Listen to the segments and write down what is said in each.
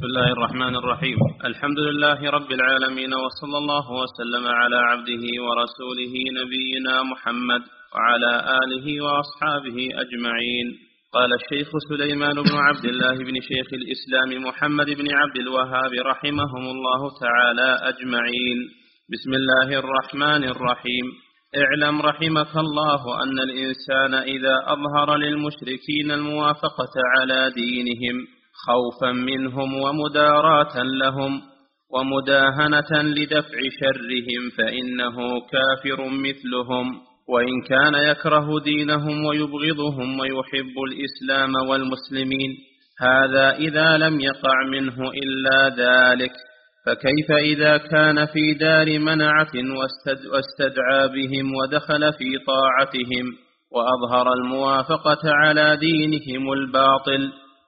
بسم الله الرحمن الرحيم. الحمد لله رب العالمين، وصلى الله وسلم على عبده ورسوله نبينا محمد وعلى آله وأصحابه أجمعين. قال الشيخ سليمان بن عبد الله بن شيخ الإسلام محمد بن عبد الوهاب رحمهم الله تعالى أجمعين. بسم الله الرحمن الرحيم. اعلم رحمك الله أن الإنسان إذا أظهر للمشركين الموافقة على دينهم خوفا منهم ومداراة لهم ومداهنة لدفع شرهم فإنه كافر مثلهم، وإن كان يكره دينهم ويبغضهم ويحب الإسلام والمسلمين، هذا إذا لم يقع منه إلا ذلك. فكيف إذا كان في دار منعة واستدعى بهم ودخل في طاعتهم وأظهر الموافقة على دينهم الباطل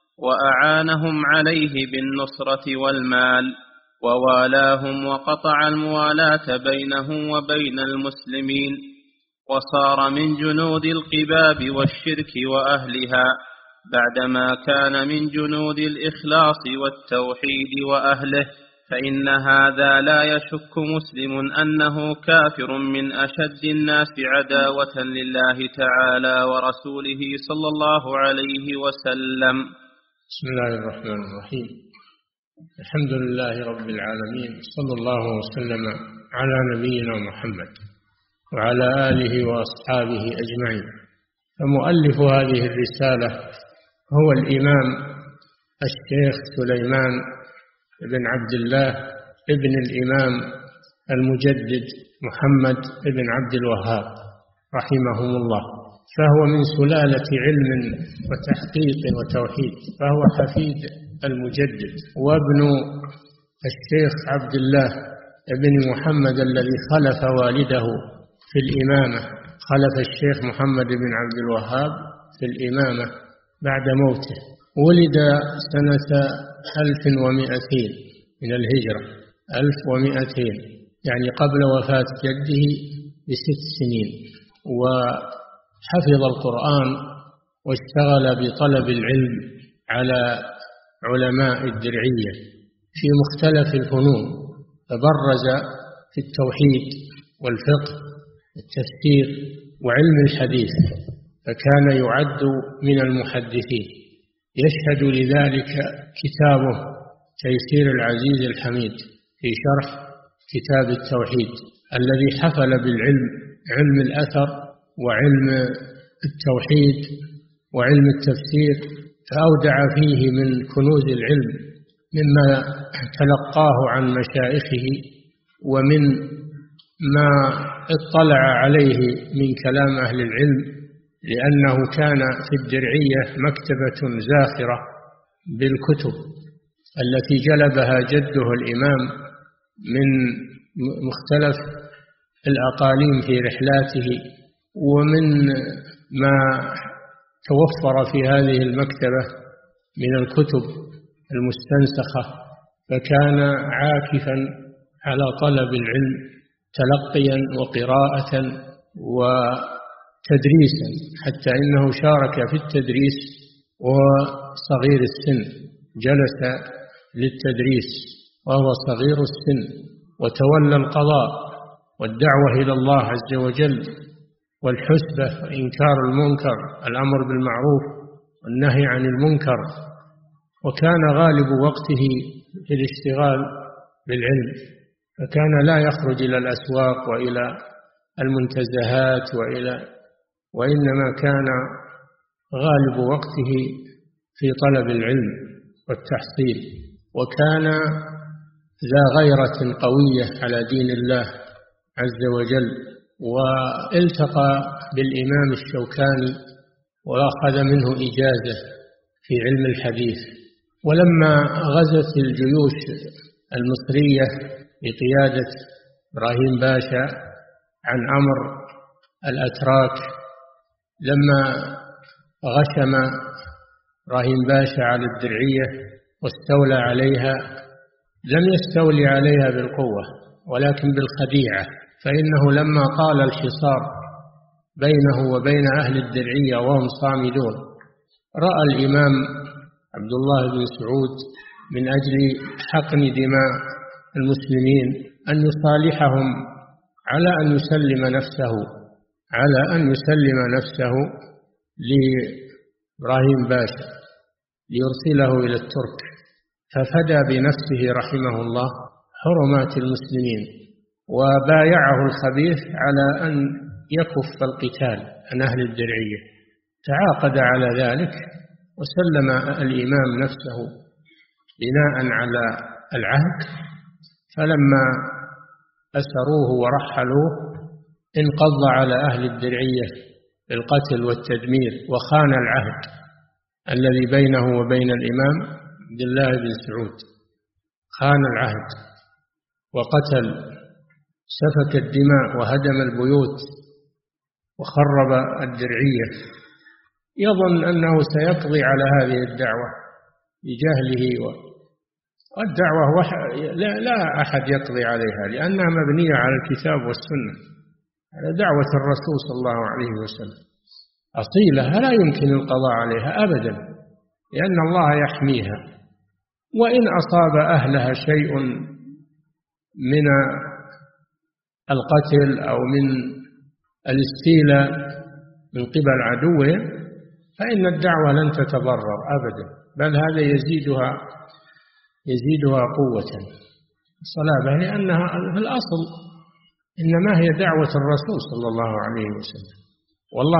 وأعانهم عليه بالنصرة والمال ووالاهم وقطع الموالاة بينه وبين المسلمين، وصار من جنود القباب والشرك وأهلها بعدما كان من جنود الإخلاص والتوحيد وأهله، فإن هذا لا يشك مسلم أنه كافر من أشد الناس عداوة لله تعالى ورسوله صلى الله عليه وسلم. بسم الله الرحمن الرحيم. الحمد لله رب العالمين، صلى الله وسلم على نبينا محمد وعلى آله وأصحابه أجمعين. فمؤلف هذه الرسالة هو الإمام الشيخ سليمان بن عبد الله ابن الإمام المجدد محمد بن عبد الوهاب رحمهم الله، فهو من سلالة علم وتحقيق وتوحيد، فهو حفيد المجدد وابن الشيخ عبد الله بن محمد الذي خلف والده في الإمامة، خلف الشيخ محمد بن عبد الوهاب في الإمامة بعد موته. ولد سنة 1200 من الهجرة، 1200 يعني قبل وفاة جده ب6 سنين، وحفظ القرآن واشتغل بطلب العلم على علماء الدرعية في مختلف الفنون، فبرز في التوحيد والفقه والتفسير وعلم الحديث، فكان يعد من المحدثين. يشهد لذلك كتابه تيسير العزيز الحميد في شرح كتاب التوحيد، الذي حفل بالعلم، علم الأثر وعلم التوحيد وعلم التفسير، فأودع فيه من كنوز العلم مما تلقاه عن مشايخه ومن ما اطلع عليه من كلام أهل العلم، لأنه كان في الدرعية مكتبة زاخرة بالكتب التي جلبها جده الإمام من مختلف الأقاليم في رحلاته، ومن ما توفر في هذه المكتبة من الكتب المستنسخة، فكان عاكفا على طلب العلم تلقيا وقراءة وتدريسا، حتى إنه شارك في التدريس وصغير السن، جلس للتدريس وهو صغير السن، وتولى القضاء والدعوة إلى الله عز وجل والحسبة وإنكار المنكر، الأمر بالمعروف والنهي عن المنكر، وكان غالب وقته في الاشتغال بالعلم، فكان لا يخرج إلى الأسواق وإلى المنتزهات وإنما كان غالب وقته في طلب العلم والتحصيل، وكان ذا غيرة قوية على دين الله عز وجل. والتقى بالإمام الشوكاني وأخذ منه إجازة في علم الحديث. ولما غزت الجيوش المصرية بقيادة إبراهيم باشا عن أمر الأتراك، لما غشم إبراهيم باشا على الدرعية واستولى عليها، لم يستولي عليها بالقوة ولكن بالخديعة، فإنه لما طال الحصار بينه وبين أهل الدرعية وهم صامدون، رأى الإمام عبد الله بن سعود من أجل حقن دماء المسلمين أن يصالحهم على أن يسلم نفسه لإبراهيم باشا ليرسله إلى الترك، ففدى بنفسه رحمه الله حرمات المسلمين، وبايعه الخبيث على أن يكف القتال عن أهل الدرعية، تعاقد على ذلك وسلم الإمام نفسه بناء على العهد. فلما أسروه ورحلوه انقض على أهل الدرعية بالقتل والتدمير، وخان العهد الذي بينه وبين الإمام عبد الله بن سعود، خان العهد وقتل، سفك الدماء وهدم البيوت وخرب الدرعية، يظن أنه سيقضي على هذه الدعوة بجهله، والدعوة لا أحد يقضي عليها لأنها مبنية على الكتاب والسنة، على دعوة الرسول صلى الله عليه وسلم، أصيلة لا يمكن القضاء عليها أبدا، لأن الله يحميها. وإن أصاب أهلها شيء من القتل أو من الاستيلاء من قبل عدوهم فإن الدعوة لن تتضرر أبدا، بل هذا يزيدها قوة صلابة، لأنها في الأصل إنما هي دعوة الرسول صلى الله عليه وسلم، والله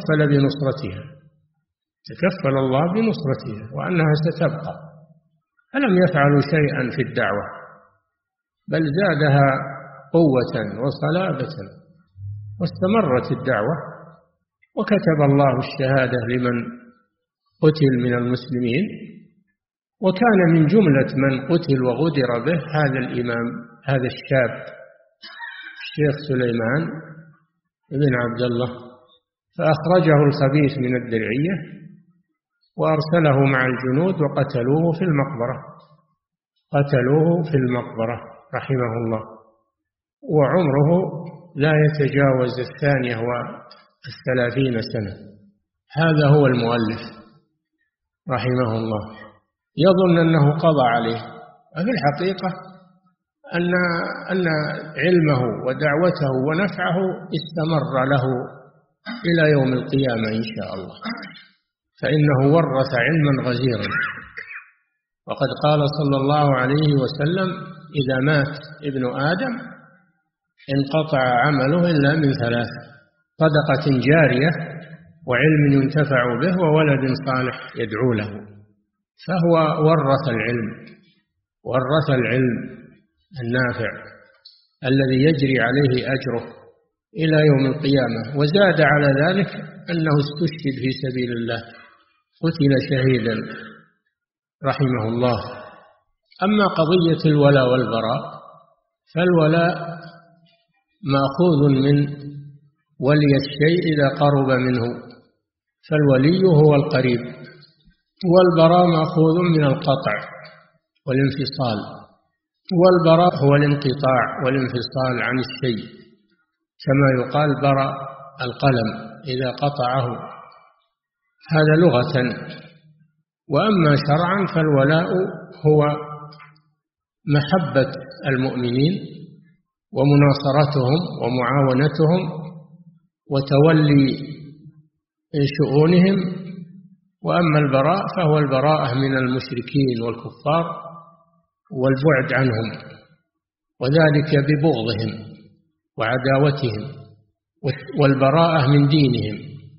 تكفل الله بنصرتها وأنها ستبقى، فلم يفعلوا شيئا في الدعوة بل زادها قوة وصلابة، واستمرت الدعوة، وكتب الله الشهادة لمن قتل من المسلمين، وكان من جملة من قتل وغدر به هذا الإمام، هذا الشاب الشيخ سليمان بن عبد الله، فأخرجه الخبيث من الدرعية وأرسله مع الجنود وقتلوه في المقبرة رحمه الله، وعمره لا يتجاوز 32 سنة. هذا هو المؤلف رحمه الله، يظن أنه قضى عليه، وفي الحقيقة أن علمه ودعوته ونفعه استمر له إلى يوم القيامة إن شاء الله، فإنه ورث علما غزيرا. وقد قال صلى الله عليه وسلم: إذا مات ابن آدم انقطع عمله إلا من 3: صدقة جارية، وعلم ينتفع به، وولد صالح يدعو له. فهو ورث العلم النافع الذي يجري عليه أجره إلى يوم القيامة. وزاد على ذلك أنه استشهد في سبيل الله، قتل شهيدا رحمه الله. أما قضية الولاء والبراء، فالولاء مأخوذ من ولي الشيء إذا قرب منه، فالولي هو القريب، والبراء مأخوذ من القطع والانفصال، والبراء هو الانقطاع والانفصال عن الشيء، كما يقال برأ القلم إذا قطعه، هذا لغة. وأما شرعا فالولاء هو محبة المؤمنين ومناصرتهم ومعاونتهم وتولي شؤونهم. وأما البراء فهو البراءة من المشركين والكفار والبعد عنهم، وذلك ببغضهم وعداوتهم، والبراءة من دينهم،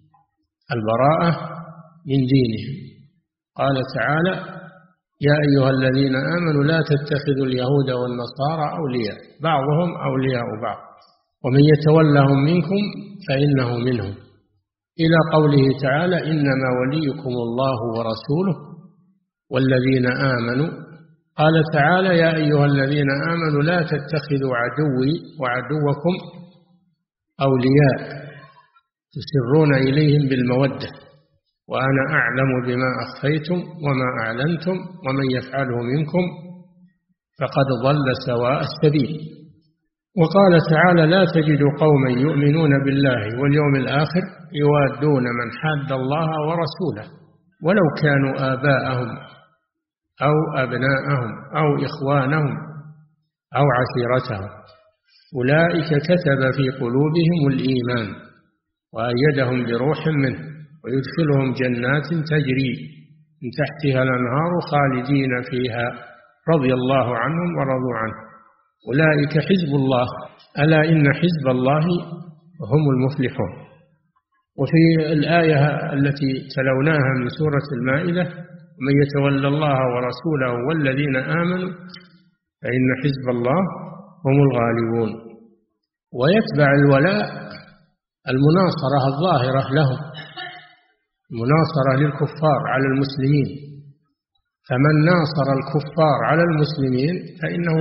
قال تعالى: يا أيها الذين آمنوا لا تتخذوا اليهود والنصارى أولياء بعضهم أولياء بعض ومن يتولهم منكم فإنه منهم، إلى قوله تعالى: إنما وليكم الله ورسوله والذين آمنوا. قال تعالى: يا أيها الذين آمنوا لا تتخذوا عدوي وعدوكم أولياء تسرون إليهم بالمودة وأنا أعلم بما أخفيتم وما أعلنتم ومن يفعله منكم فقد ضل سواء السبيل. وقال تعالى: لا تجد قوما يؤمنون بالله واليوم الآخر يوادون من حاد الله ورسوله ولو كانوا آباءهم أو أبناءهم أو إخوانهم أو عشيرتهم، أولئك كتب في قلوبهم الإيمان وأيدهم بروح منه ويدخلهم جنات تجري من تحتها الأنهار خالدين فيها رضي الله عنهم ورضوا عنه، أولئك حزب الله، ألا إن حزب الله هم المفلحون. وفي الآية التي تلوناها من سورة المائدة: من يتولى الله ورسوله والذين آمنوا فإن حزب الله هم الغالبون. ويتبع الولاء المناصرة الظاهرة لهم، مناصرة للكفار على المسلمين، فمن ناصر الكفار على المسلمين فإنه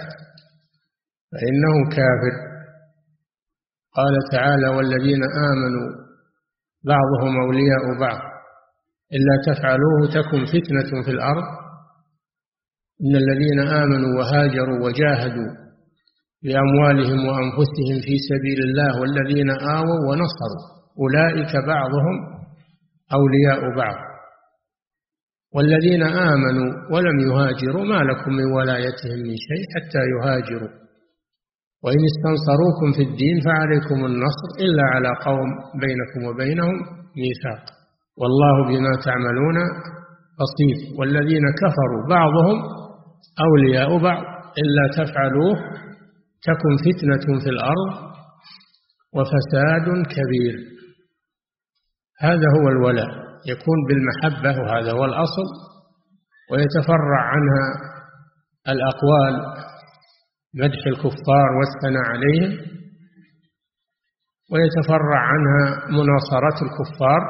كافر. قال تعالى: والذين آمنوا بعضهم أولياء بعض إلا تفعلوه تكن فتنة في الأرض إن الذين آمنوا وهاجروا وجاهدوا بأموالهم وأنفسهم في سبيل الله والذين آووا ونصروا أولئك بعضهم أولياء بعض والذين آمنوا ولم يهاجروا ما لكم من ولايتهم من شيء حتى يهاجروا وإن استنصروكم في الدين فعليكم النصر إلا على قوم بينكم وبينهم ميثاق والله بما تعملون بصير. والذين كفروا بعضهم أولياء بعض إلا تفعلوه تكن فتنة في الأرض وفساد كبير. هذا هو الولاء، يكون بالمحبة وهذا هو الأصل، ويتفرع عنها الأقوال مدح الكفار والثناء عليهم، ويتفرع عنها مناصرة الكفار،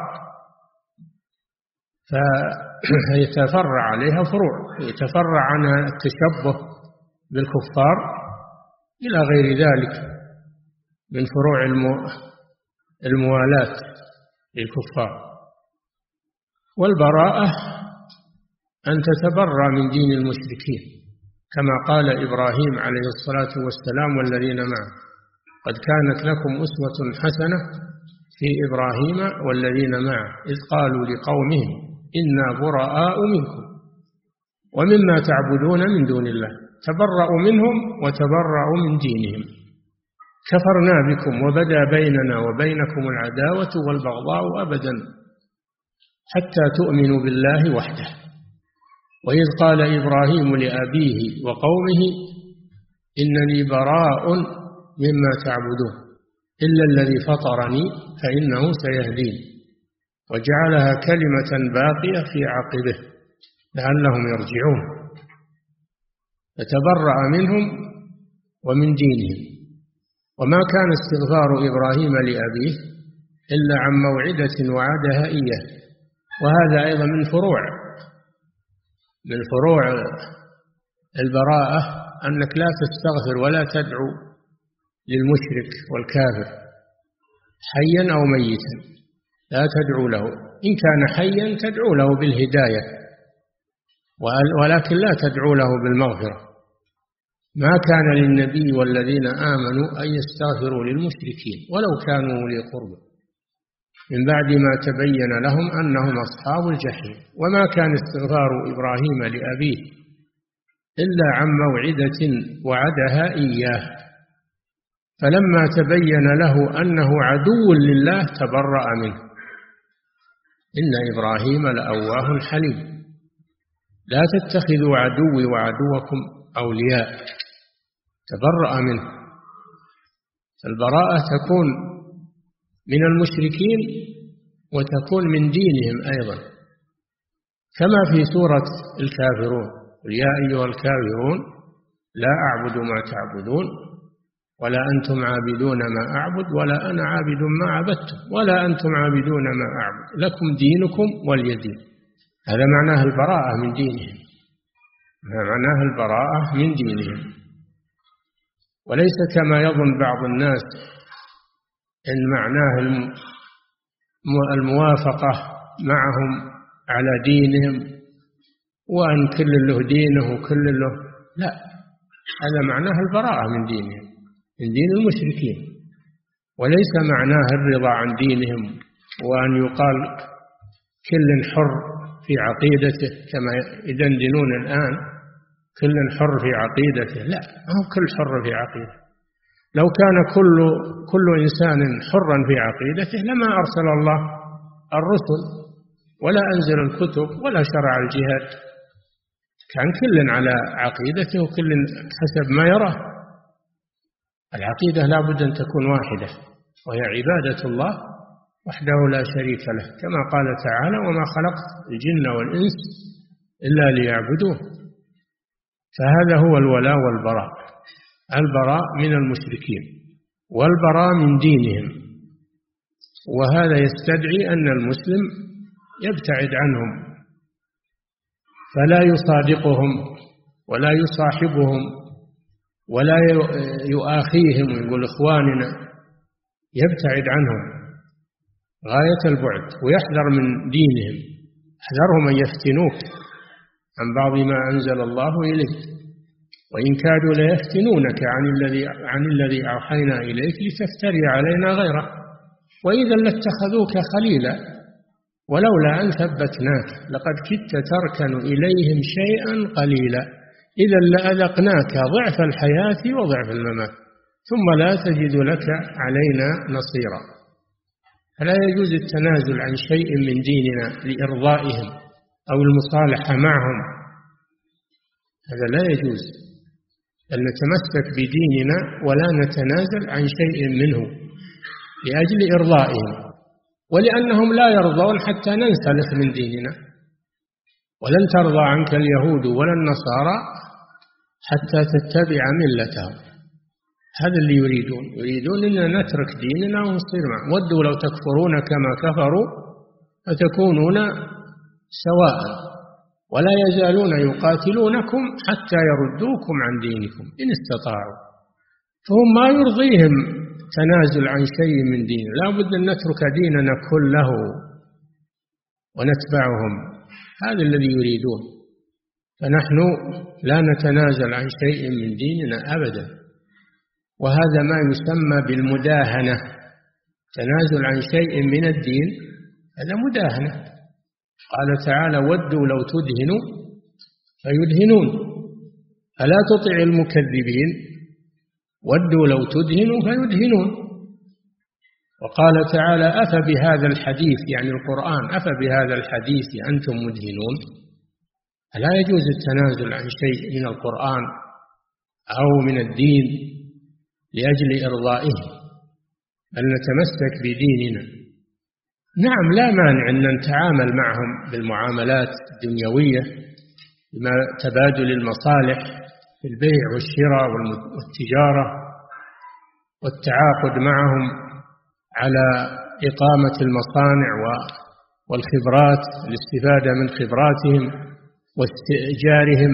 فيتفرع عليها فروع، يتفرع عنها التشبه بالكفار إلى غير ذلك من فروع الموالاة للكفار. والبراءة أن تتبرأ من دين المشركين كما قال إبراهيم عليه الصلاة والسلام والذين معه: قد كانت لكم أسوة حسنة في إبراهيم والذين معه إذ قالوا لقومهم إنا براء منكم ومما تعبدون من دون الله تبرأوا منهم وتبرأوا من دينهم كفرنا بكم وبدا بيننا وبينكم العداوة والبغضاء أبدا حتى تؤمنوا بالله وحده. وإذ قال إبراهيم لأبيه وقومه إنني براء مما تعبدون إلا الذي فطرني فإنه سيهدين وجعلها كلمة باقية في عقبه لعلهم يرجعون. فتبرأ منهم ومن دينهم. وما كان استغفار إبراهيم لأبيه إلا عن موعدة وعدها إياه. وهذا أيضا من فروع البراءة أنك لا تستغفر ولا تدعو للمشرك والكافر حيا أو ميتا، لا تدعو له. إن كان حيا تدعو له بالهداية ولكن لا تدعو له بالمغفرة. ما كان للنبي والذين آمنوا أن يستغفروا للمشركين ولو كانوا أولي قربى من بعد ما تبين لهم أنهم أصحاب الجحيم. وما كان استغفار إبراهيم لأبيه إلا عن موعدة وعدها إياه فلما تبين له أنه عدو لله تبرأ منه إن إبراهيم لأواه حليم. لا تتخذوا عدوي وعدوكم أولياء تبرأ منه. البراءة تكون من المشركين وتكون من دينهم أيضا كما في سورة الكافرون: قل يا أيها الكافرون لا أعبد ما تعبدون ولا أنتم عابدون ما أعبد ولا أنا عابد ما عبدتم ولا أنتم عابدون ما أعبد لكم دينكم ولي دين. هذا معناه البراءة من دينهم، معناه البراءة من دينهم. وليس كما يظن بعض الناس إن معناه الموافقة معهم على دينهم وأن كل له دينه وكل له، لا، هذا معناه البراءة من دينهم، من دين المشركين. وليس معناه الرضا عن دينهم وأن يقال كل حر في عقيدته كما يدندنون الآن، كل حر في عقيدته. لا، ما هو كل حر في عقيدته. لو كان كل إنسان حرا في عقيدته لما أرسل الله الرسل ولا أنزل الكتب ولا شرع الجهاد، كان كل على عقيدته وكل حسب ما يراه. العقيدة لا بد أن تكون واحدة، وهي عبادة الله وحده لا شريك له، كما قال تعالى: وما خلقت الجن والإنس إلا ليعبدون. فهذا هو الولاء والبراء، البراء من المشركين والبراء من دينهم، وهذا يستدعي أن المسلم يبتعد عنهم فلا يصادقهم ولا يصاحبهم ولا يؤاخيهم ويقول إخواننا، يبتعد عنهم غاية البعد ويحذر من دينهم، احذرهم أن يفتنوك عن بعض ما أنزل الله إليك، وإن كادوا ليفتنونك عن الذي أوحينا إليك لتفتري علينا غيره، وإذا لاتخذوك خليلا ولولا أن ثبتناك لقد كدت تركن إليهم شيئا قليلا إذا لأذقناك ضعف الحياة وضعف الممات ثم لا تجد لك علينا نصيرا. فلا يجوز التنازل عن شيء من ديننا لإرضائهم أو المصالحة معهم، هذا لا يجوز، أن نتمسك بديننا ولا نتنازل عن شيء منه لأجل إرضائهم، ولأنهم لا يرضون حتى ننسلخ من ديننا. ولن ترضى عنك اليهود ولا النصارى حتى تتبع ملتهم، هذا اللي يريدون أن نترك ديننا ونصير معهم. ودوا لو تكفرون كما كفروا فتكونون سواء ولا يزالون يقاتلونكم حتى يردوكم عن دينكم إن استطاعوا. فهم ما يرضيهم تنازل عن شيء من دين، لا بد أن نترك ديننا كله ونتبعهم، هذا الذي يريدون. فنحن لا نتنازل عن شيء من ديننا أبدا، وهذا ما يسمى بالمداهنة. تنازل عن شيء من الدين هذا مداهنة. قال تعالى: ودوا لو تدهنوا فيدهنون، فلا تطع المكذبين، ودوا لو تدهنوا فيدهنون. وقال تعالى: أفبهذا الحديث، يعني القرآن، أفبهذا الحديث أنتم مدهنون. لا يجوز التنازل عن شيء من القرآن أو من الدين لأجل إرضائه، بل نتمسك بديننا. نعم، لا مانع أن نتعامل معهم بالمعاملات الدنيوية بما تبادل المصالح في البيع والشراء والتجارة والتعاقد معهم على إقامة المصانع والخبرات، الاستفادة من خبراتهم واستئجارهم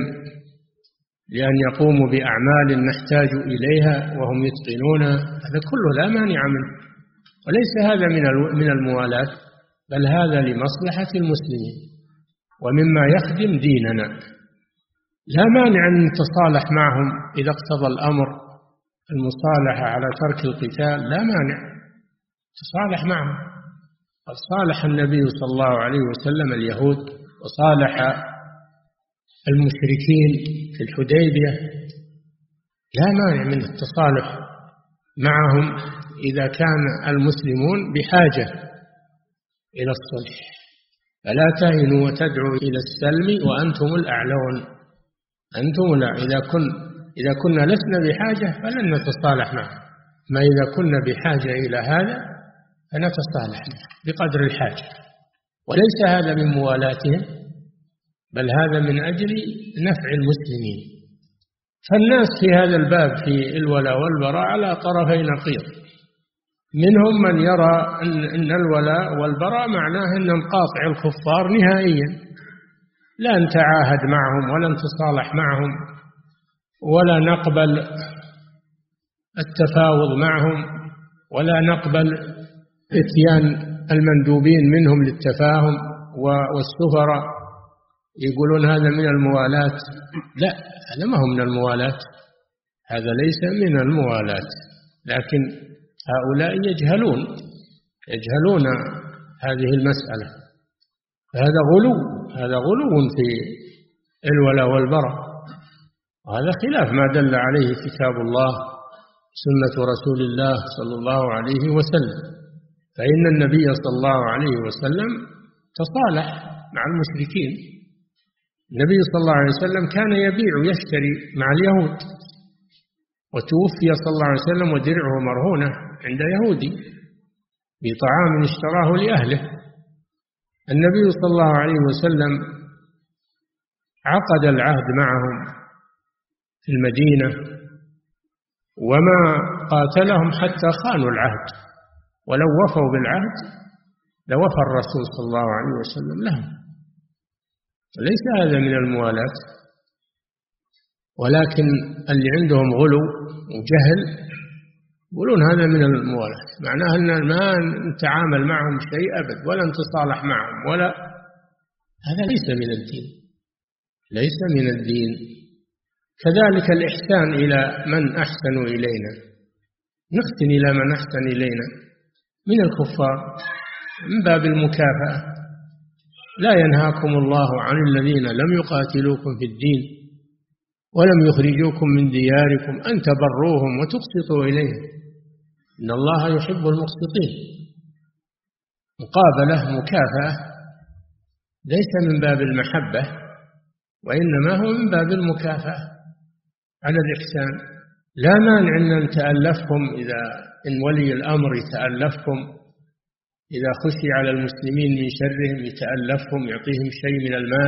لأن يقوموا بأعمال نحتاج إليها وهم يتقنون، هذا كله لا مانع منه، وليس هذا من الموالاة، بل هذا لمصلحة المسلمين ومما يخدم ديننا. لا مانع أن نتصالح معهم إذا اقتضى الأمر المصالحة على ترك القتال، لا مانع تصالح معهم. قد صالح النبي صلى الله عليه وسلم اليهود وصالح المشركين في الحديبية، لا مانع من التصالح معهم إذا كان المسلمون بحاجة إلى الصلح. فلا تهنوا وتدعوا إلى السلم وأنتم الأعلون. أنتم لا، إذا كنا لسنا بحاجة فلن نتصالح معهم، ما إذا كنا بحاجة إلى هذا فنتصالح بقدر الحاجة، وليس هذا من موالاتهم، بل هذا من أجل نفع المسلمين. فالناس في هذا الباب في الولاء والبراء على طرفي نقيض. منهم من يرى أن الولاء والبراء معناه أن نقاطع الكفار نهائيا، لا نتعاهد معهم ولا نتصالح معهم ولا نقبل التفاوض معهم ولا نقبل اتيان المندوبين منهم للتفاهم والسفراء يقولون هذا من الموالاة. لا، هذا ما هو من الموالاة، هذا ليس من الموالاة، لكن هؤلاء يجهلون هذه المسألة، فهذا غلو هذا غلو في الولاء والبراء، وهذا خلاف ما دل عليه كتاب الله سنة رسول الله صلى الله عليه وسلم. فإن النبي صلى الله عليه وسلم تصالح مع المشركين. النبي صلى الله عليه وسلم كان يبيع ويشتري مع اليهود، وتوفي صلى الله عليه وسلم ودرعه مرهونة عند يهودي بطعام اشتراه لأهله. النبي صلى الله عليه وسلم عقد العهد معهم في المدينة وما قاتلهم حتى خانوا العهد، ولو وفوا بالعهد لوفى الرسول صلى الله عليه وسلم لهم. ليس هذا من الموالاة، ولكن اللي عندهم غلو وجهل يقولون هذا من الموالاة، معناه أن ما نتعامل معهم شيء أبد ولا نتصالح معهم، ولا هذا ليس من الدين، ليس من الدين. كذلك الإحسان إلى من أحسنوا إلينا، نحسن إلى من أحسن إلينا من الكفار من باب المكافأة. لا ينهاكم الله عن الذين لم يقاتلوكم في الدين ولم يخرجوكم من دياركم أن تبروهم وتقسطوا إليهم إن الله يحب المقسطين. مقابلة مكافأة ليس من باب المحبة، وإنما هو من باب المكافأة على الإحسان. لا مانع أن نتألفهم، إذا إن ولي الأمر يتألفهم، إذا خشي على المسلمين من شرهم يتألفهم، يعطيهم شيء من المال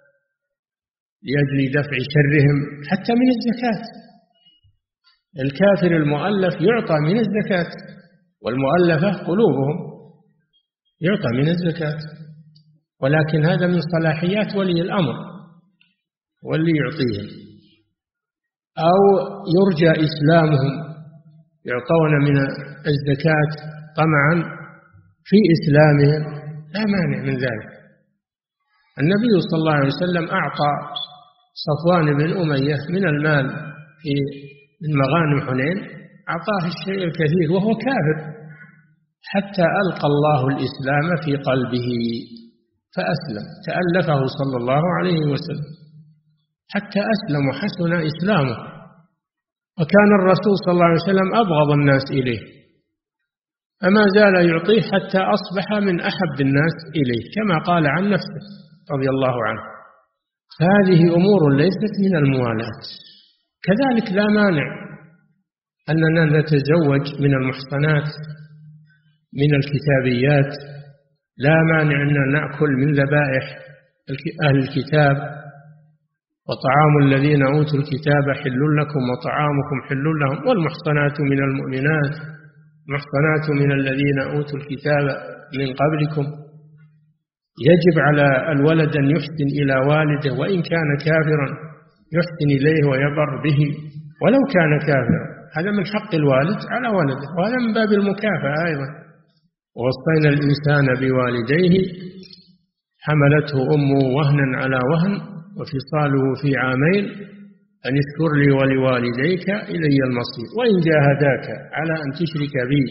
لأجل دفع شرهم، حتى من الزكاة. الكافر المؤلف يعطى من الزكاة، والمؤلفة قلوبهم يعطى من الزكاة، ولكن هذا من صلاحيات ولي الأمر واللي يعطيهم. أو يرجى إسلامهم، يعطون من الزكاة طمعا في إسلامهم، لا مانع من ذلك. النبي صلى الله عليه وسلم أعطى صفوان بن أمية من المال من مغانم حنين، أعطاه الشيء الكثير وهو كافر، حتى ألقى الله الإسلام في قلبه فأسلم، تألفه صلى الله عليه وسلم حتى أسلم وحسن إسلامه. وكان الرسول صلى الله عليه وسلم أبغض الناس إليه، فما زال يعطيه حتى أصبح من أحب الناس إليه، كما قال عن نفسه رضي الله عنه. هذه أمور ليست من الموالاة. كذلك لا مانع أننا نتزوج من المحصنات من الكتابيات، لا مانع أن نأكل من ذبائح أهل الكتاب. وطعام الذين أوتوا الكتاب حل لكم وطعامكم حل لهم، والمحصنات من المؤمنات المحصنات من الذين أوتوا الكتاب من قبلكم. يجب على الولد أن يحسن إلى والده، وإن كان كافرا يحسن إليه ويبر به ولو كان كافرا، هذا من حق الوالد على ولده، وهذا من باب المكافأة أيضا. ووصينا الإنسان بوالديه حملته أمه وهنا على وهن وفصاله في عامين أن اشكر لي ولوالديك إلي المصير وإن جاهداك على أن تشرك بي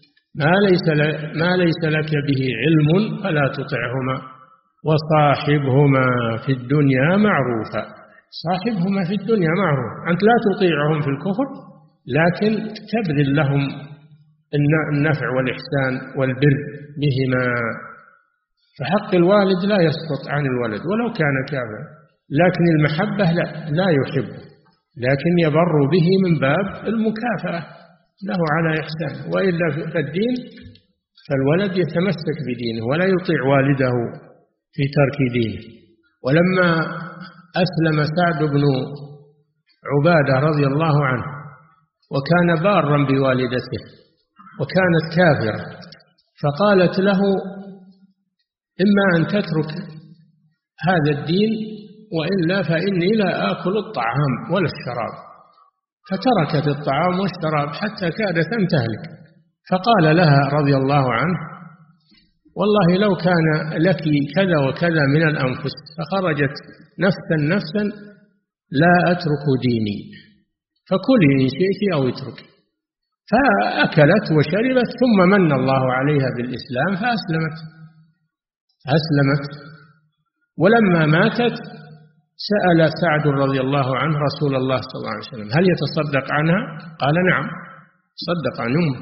ما ليس لك به علم فلا تطعهما وصاحبهما في الدنيا معروفا. صاحبهما في الدنيا معروف، أنت لا تطيعهم في الكفر، لكن تبذل لهم النفع والإحسان والبر بهما. فحق الوالد لا يسقط عن الولد ولو كان كافرا، لكن المحبة لا يحب، لكن يبر به من باب المكافأة له على إحسان. وإلا في الدين فالولد يتمسك بدينه ولا يطيع والده في ترك دينه. ولما أسلم سعد بن عبادة رضي الله عنه وكان بارا بوالدته وكانت كافرة، فقالت له إما أن تترك هذا الدين وإلا فإني لا آكل الطعام ولا الشراب. فتركت الطعام والشراب حتى كادت أن تهلك. فقال لها رضي الله عنه والله لو كان لك كذا وكذا من الأنفس فخرجت نفسا لا أترك ديني، فكلي إن شئت أو اتركي. فأكلت وشربت، ثم من الله عليها بالإسلام فأسلمت. ولما ماتت سأل سعد رضي الله عنه رسول الله صلى الله عليه وسلم: هل يتصدق عنها؟ قال: نعم، صدق عن أمك.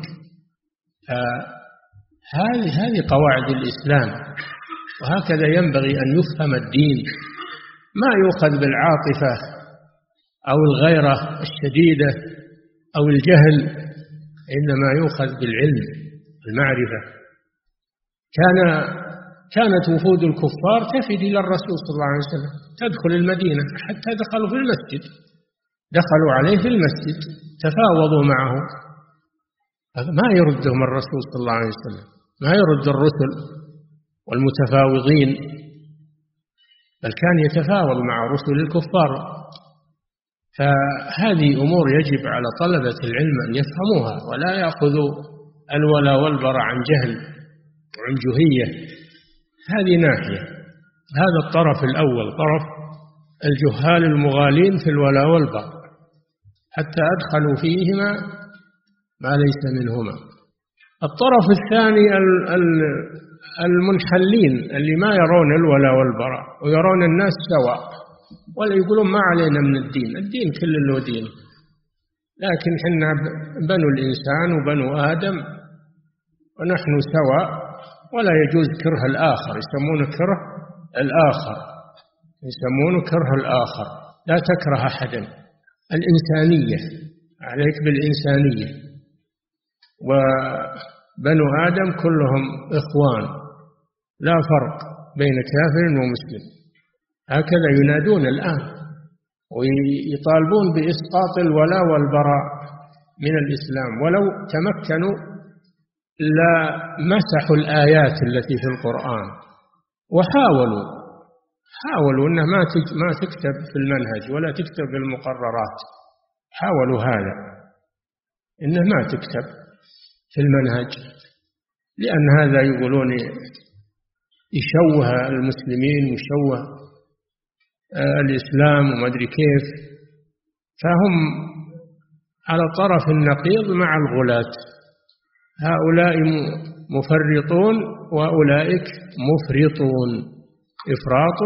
هذه قواعد الإسلام، وهكذا ينبغي أن يفهم الدين، ما يؤخذ بالعاطفة أو الغيرة الشديدة أو الجهل، إنما يؤخذ بالعلم المعرفة. كانت وفود الكفار تفد إلى الرسول صلى الله عليه وسلم، تدخل المدينة، حتى دخلوا في المسجد، دخلوا عليه في المسجد، تفاوضوا معه. ما يردهم الرسول صلى الله عليه وسلم، ما يرد الرسل والمتفاوضين، بل كان يتفاوض مع رسل الكفار. فهذه أمور يجب على طلبة العلم أن يفهموها، ولا يأخذوا الولا والبراء عن جهل وعن جهية. هذه ناحية. هذا الطرف الأول، طرف الجهال المغالين في الولا والبراء، حتى أدخلوا فيهما ما ليس منهما. الطرف الثاني المنحلين، اللي ما يرون الولا والبراء ويرون الناس سواء، ولا يقولون ما علينا من الدين كل له دين، لكن حنا بنو الإنسان وبنو آدم ونحن سواء، ولا يجوز كره الآخر، يسمونه كره الآخر، يسمونه كره الآخر، لا تكره أحدا. الإنسانية، عليك بالإنسانية، وبنو آدم كلهم إخوان، لا فرق بين كافر ومسلم. هكذا ينادون الآن ويطالبون بإسقاط الولاء والبراء من الإسلام، ولو تمكنوا لا مسحوا الآيات التي في القرآن، حاولوا أنها ما تكتب في المنهج ولا تكتب في المقررات، حاولوا هذا، إنها ما تكتب في المنهج، لأن هذا يقولون يشوه المسلمين ويشوه الإسلام وما أدري كيف. فهم على طرف النقيض مع الغلاة، هؤلاء مفرطون وأولئك مفرطون، إفراط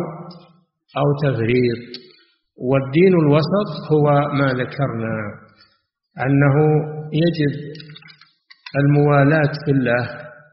أو تفريط. والدين الوسط هو ما ذكرنا، أنه يجب الموالاة في الله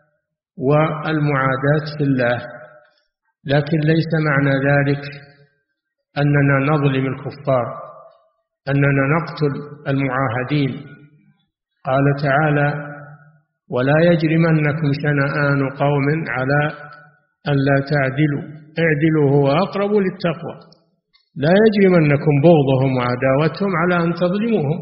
والمعاداة في الله، لكن ليس معنى ذلك أننا نظلم الكفار، أننا نقتل المعاهدين. قال تعالى: ولا يجرمنكم شنآن قوم على ألا تعدلوا اعدلوا هو أقرب للتقوى. لا يجرمنكم بغضهم وعداوتهم على أن تظلموهم،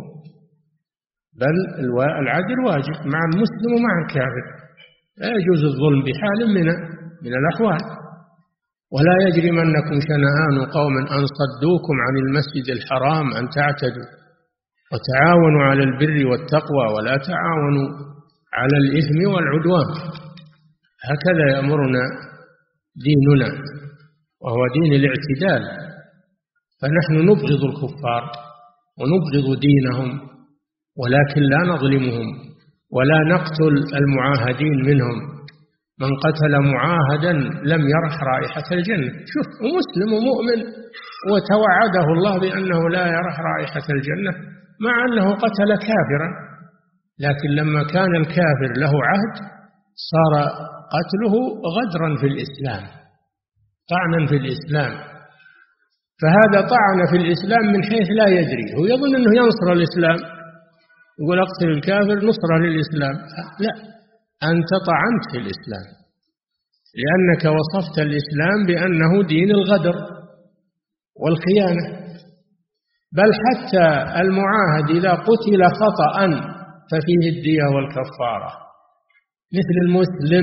بل العدل واجب مع المسلم ومع الكافر، لا يجوز الظلم بحال من الأحوال. ولا يجرمنكم شنآن قوم أن صدوكم عن المسجد الحرام أن تعتدوا، وتعاونوا على البر والتقوى ولا تعاونوا على الإثم والعدوان. هكذا يأمرنا ديننا، وهو دين الاعتدال. فنحن نبغض الكفار ونبغض دينهم، ولكن لا نظلمهم ولا نقتل المعاهدين منهم. من قتل معاهدا لم يرح رائحة الجنة. شوف، مسلم ومؤمن وتوعده الله بأنه لا يرح رائحة الجنة، مع أنه قتل كافرا، لكن لما كان الكافر له عهد صار قتله غدرا في الإسلام، طعنا في الإسلام. فهذا طعن في الإسلام من حيث لا يدري، هو يظن أنه ينصر الإسلام، يقول أقتل الكافر نصرة للإسلام. لا، أنت طعنت في الإسلام، لأنك وصفت الإسلام بأنه دين الغدر والخيانة. بل حتى المعاهد إذا قتل خطأ ففيه الدية والكفارة مثل المسلم.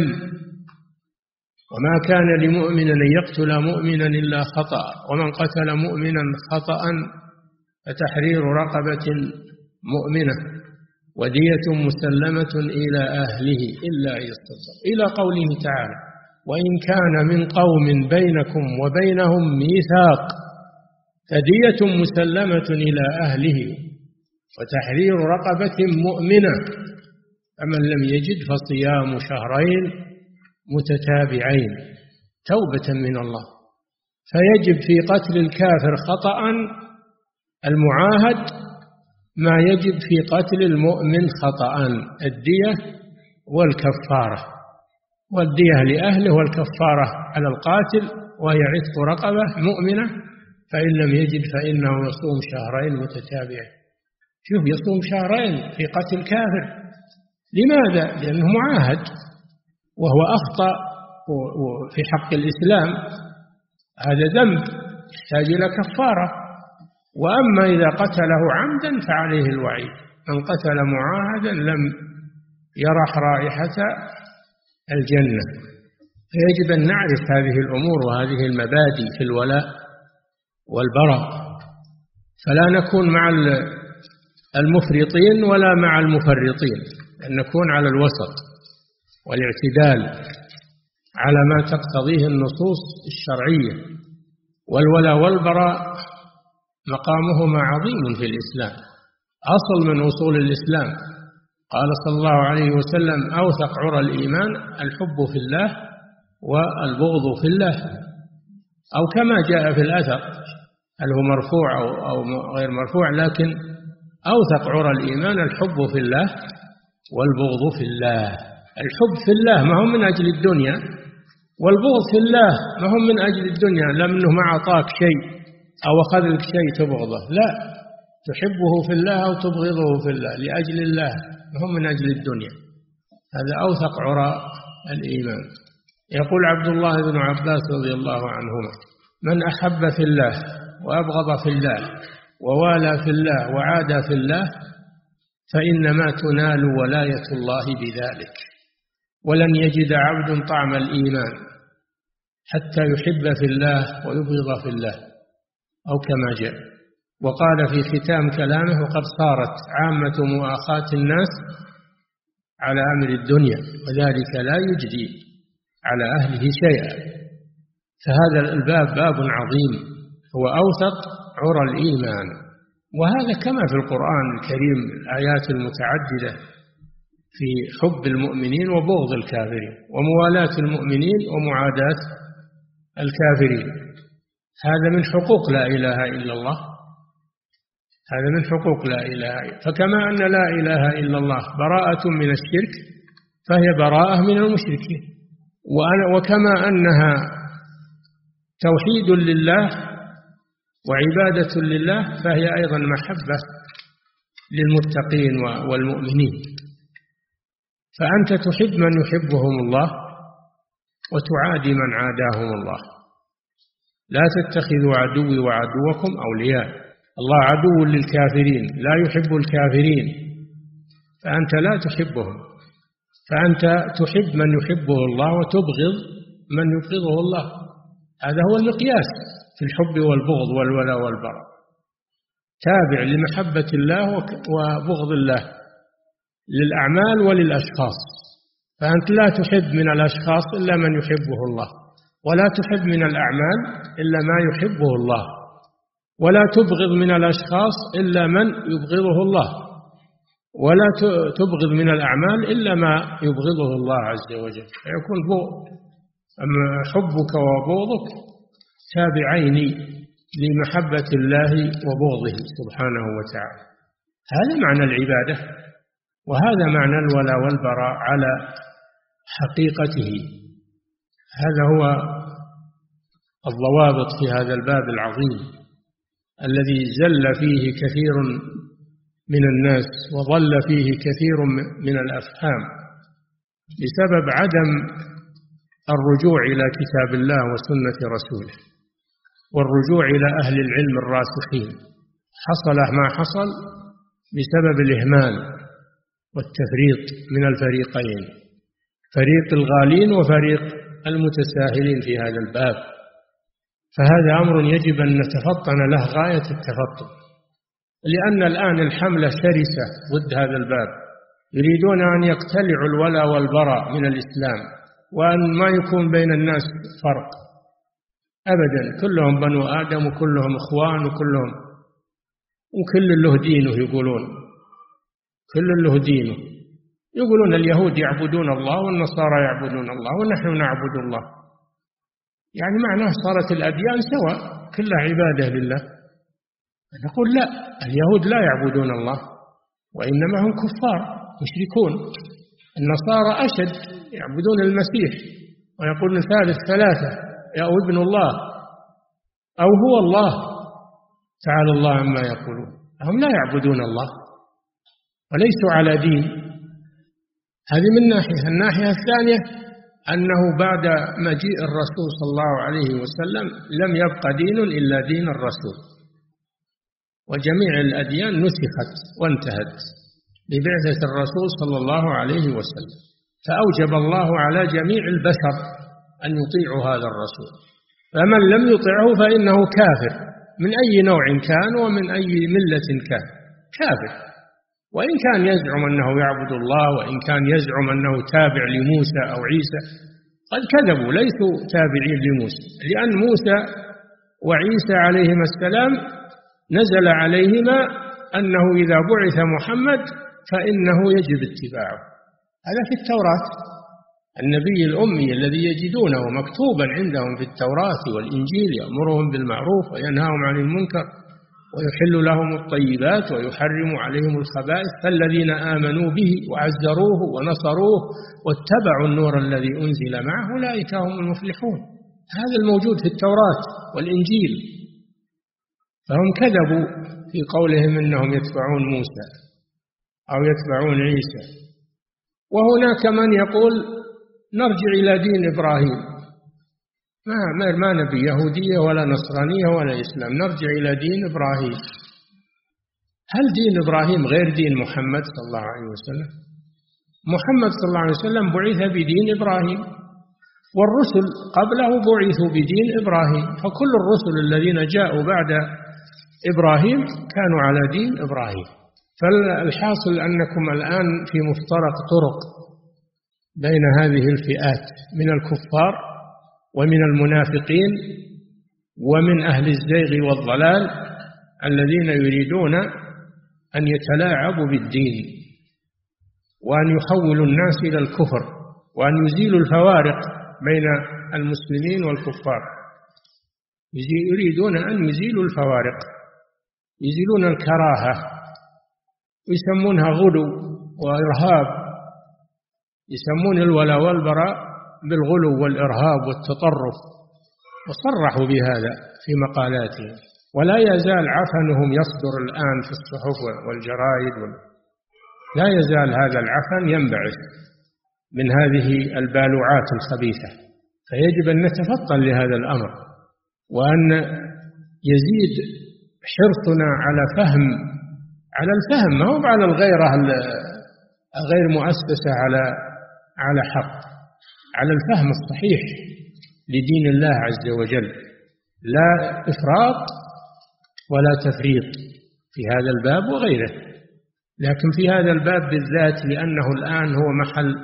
وما كان لمؤمن أن يقتل مؤمنا إلا خطأ، ومن قتل مؤمنا خطأ فتحرير رقبة مؤمنة ودية مسلمة إلى أهله إلا أن يستطيع، إلى قوله تعالى: وإن كان من قوم بينكم وبينهم ميثاق فدية مسلمة إلى أهله وتحرير رقبة مؤمنة، فمن لم يجد فصيام شهرين متتابعين توبة من الله. فيجب في قتل الكافر خطأ المعاهد ما يجب في قتل المؤمن خطأ: الدية والكفارة، والدية لأهله والكفارة على القاتل وهي عتق رقبة مؤمنة، فإن لم يجد فإنه يصوم شهرين متتابعين. شوف، يصوم شهرين في قتل كافر. لماذا؟ لأنه معاهد وهو أخطأ في حق الإسلام، هذا ذنب يحتاج إلى كفارة. وأما إذا قتله عمدا فعليه الوعيد: من قتل معاهدا لم يرح رائحة الجنة. فيجب أن نعرف هذه الأمور وهذه المبادئ في الولاء والبراء، فلا نكون مع المفرطين ولا مع المفرطين، أن نكون على الوسط والاعتدال على ما تقتضيه النصوص الشرعية. والولاء والبراء مقامهما عظيم في الإسلام، أصل من أصول الإسلام. قال صلى الله عليه وسلم: أوثق عرى الإيمان الحب في الله والبغض في الله، أو كما جاء في الأثر، هل هو مرفوع أو غير مرفوع، لكن أوثق عرى الإيمان الحب في الله والبغض في الله. الحب في الله ما هو من أجل الدنيا، والبغض في الله ما هو من أجل الدنيا، لا منه ما أعطاك شيء أو أخذ لك شيء تبغضه، لا، تحبه في الله أو تبغضه في الله لأجل الله، ما هو من أجل الدنيا. هذا أوثق عرى الإيمان. يقول عبد الله بن عباس رضي الله عنهما: من أحب في الله وأبغض في الله ووالى في الله وعادى في الله فإنما تنال ولاية الله بذلك، ولن يجد عبد طعم الإيمان حتى يحب في الله ويبغض في الله، أو كما جاء. وقال في ختام كلامه: وقد صارت عامة مؤاخاة الناس على أمر الدنيا، وذلك لا يجدي على أهله شيئا. فهذا الباب باب عظيم، هو أوثق عرى الإيمان. وهذا كما في القرآن الكريم الآيات المتعددة في حب المؤمنين وبغض الكافرين، وموالاة المؤمنين ومعاداة الكافرين. هذا من حقوق لا إله إلا الله، هذا من حقوق لا إله إلا. فكما أن لا إله إلا الله براءة من الشرك فهي براءة من المشركين، وكما أنها توحيد لله وعبادة لله فهي أيضا محبة للمتقين والمؤمنين. فأنت تحب من يحبهم الله وتعادي من عاداهم الله. لا تتخذوا عدوي وعدوكم أولياء. الله عدو للكافرين، لا يحب الكافرين، فأنت لا تحبهم، فأنت تحب من يحبه الله وتبغض من يبغضه الله. هذا هو المقياس في الحب والبغض والولاء والبراء، تابع لمحبة الله وبغض الله للأعمال وللأشخاص. فأنت لا تحب من الأشخاص إلا من يحبه الله، ولا تحب من الأعمال إلا ما يحبه الله، ولا تبغض من الأشخاص إلا من يبغضه الله، ولا تبغض من الأعمال إلا ما يبغضه الله عز وجل. فيكون حبك وبغضك تابعين لمحبة الله وبغضه سبحانه وتعالى. هذا معنى العبادة، وهذا معنى الولاء والبراء على حقيقته. هذا هو الضوابط في هذا الباب العظيم الذي زل فيه كثير من الناس وضل فيه كثير من الأفهام بسبب عدم الرجوع إلى كتاب الله وسنة رسوله، والرجوع إلى أهل العلم الراسخين. حصل ما حصل بسبب الإهمال والتفريط من الفريقين، فريق الغالين وفريق المتساهلين في هذا الباب. فهذا أمر يجب أن نتفطن له غاية التفطن، لأن الآن الحملة شرسة ضد هذا الباب، يريدون أن يقتلعوا الولاء والبراء من الإسلام، وأن ما يكون بين الناس فرق أبدا، كلهم بنو آدم وكلهم إخوان وكل له دينه. يقولون كل له دينه، يقولون اليهود يعبدون الله والنصارى يعبدون الله ونحن نعبد الله. يعني معناه صارت الأديان سواء كلها عبادة لله. نقول لا، اليهود لا يعبدون الله وإنما هم كفار مشركون. النصارى أشد، يعبدون المسيح ويقولون ثالث ثلاثة أو ابن الله أو هو الله، تعالى الله عما يقولون. هم لا يعبدون الله وليسوا على دين. هذه من ناحية. الناحية الثانية أنه بعد مجيء الرسول صلى الله عليه وسلم لم يبق دين إلا دين الرسول، وجميع الأديان نسخت وانتهت ببعثة الرسول صلى الله عليه وسلم، فأوجب الله على جميع البشر أن يطيعوا هذا الرسول، فمن لم يطعه فإنه كافر من أي نوع كان ومن أي ملة كان، كافر. وإن كان يزعم أنه يعبد الله، وإن كان يزعم أنه تابع لموسى أو عيسى، قد كذبوا، ليسوا تابعين لموسى، لأن موسى وعيسى عليهما السلام نزل عليهما أنه إذا بعث محمد فإنه يجب اتباعه. هذا في التوراة، النبي الأمي الذي يجدونه مكتوبا عندهم في التوراة والإنجيل، يأمرهم بالمعروف وينهاهم عن المنكر ويحل لهم الطيبات ويحرم عليهم الخبائث، فالذين آمنوا به وعزروه ونصروه واتبعوا النور الذي أنزل معه أولئك هم المفلحون. هذا الموجود في التوراة والإنجيل. فهم كذبوا في قولهم إنهم يتبعون موسى أو يتبعون عيسى. وهناك من يقول نرجع إلى دين إبراهيم، ما نبي يهودية ولا نصرانية ولا إسلام، نرجع إلى دين إبراهيم. هل دين إبراهيم غير دين محمد صلى الله عليه وسلم؟ محمد صلى الله عليه وسلم بعث بدين إبراهيم، والرسل قبله بعثوا بدين إبراهيم، فكل الرسل الذين جاءوا بعد إبراهيم كانوا على دين إبراهيم. فالحاصل أنكم الآن في مفترق طرق بين هذه الفئات من الكفار ومن المنافقين ومن أهل الزيغ والضلال الذين يريدون أن يتلاعبوا بالدين وأن يحولوا الناس إلى الكفر وأن يزيلوا الفوارق بين المسلمين والكفار. يريدون أن يزيلوا الفوارق، يزيلون الكراهة، ويسمونها غلو وإرهاب، يسمون الولاء والبراء بالغلو والإرهاب والتطرف، وصرحوا بهذا في مقالاتهم. ولا يزال عفنهم يصدر الآن في الصحف والجرائد، لا يزال هذا العفن ينبعث من هذه البالوعات الخبيثة. فيجب أن نتفطن لهذا الأمر، وأن يزيد حرصنا على الفهم، ما هو على الغيرة غير مؤسسة على حق، على الفهم الصحيح لدين الله عز وجل، لا إفراط ولا تفريط في هذا الباب وغيره. لكن في هذا الباب بالذات، لأنه الآن هو محل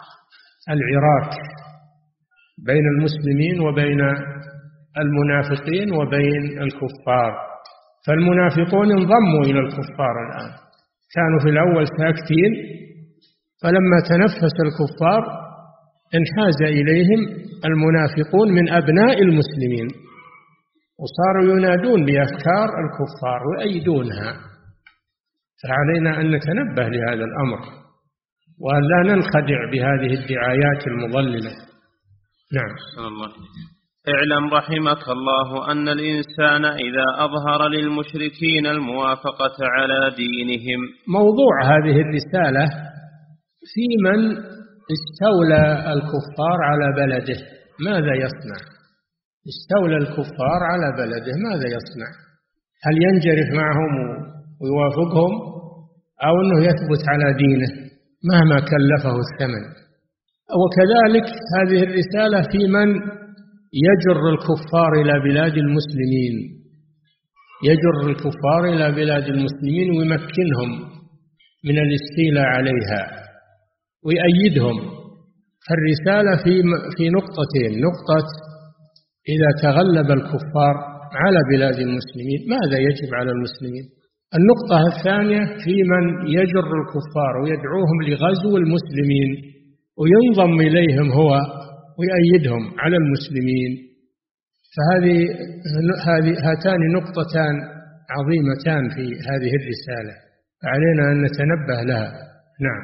العراك بين المسلمين وبين المنافقين وبين الكفار. فالمنافقون انضموا إلى الكفار الآن، كانوا في الأول ساكتين، فلما تنفس الكفار انحاز إليهم المنافقون من أبناء المسلمين، وصاروا ينادون بأفكار الكفار ويؤيدونها. فعلينا أن نتنبه لهذا الأمر وأن لا ننخدع بهذه الدعايات المضللة. نعم. اعلم رحمك الله أن الإنسان إذا أظهر للمشركين الموافقة على دينهم. موضوع هذه الرسالة في من استولى الكفار على بلده ماذا يصنع؟ استولى الكفار على بلده ماذا يصنع؟ هل ينجرف معهم ويوافقهم، أو أنه يثبت على دينه مهما كلفه الثمن؟ وكذلك هذه الرسالة في من يجر الكفار إلى بلاد المسلمين، يجر الكفار إلى بلاد المسلمين ويمكنهم من الاستيلاء عليها ويؤيدهم. فالرسالة في نقطتين: نقطة إذا تغلب الكفار على بلاد المسلمين ماذا يجب على المسلمين، النقطة الثانية في من يجر الكفار ويدعوهم لغزو المسلمين وينضم إليهم هو ويؤيدهم على المسلمين. هاتان نقطتان عظيمتان في هذه الرسالة، علينا أن نتنبه لها. نعم.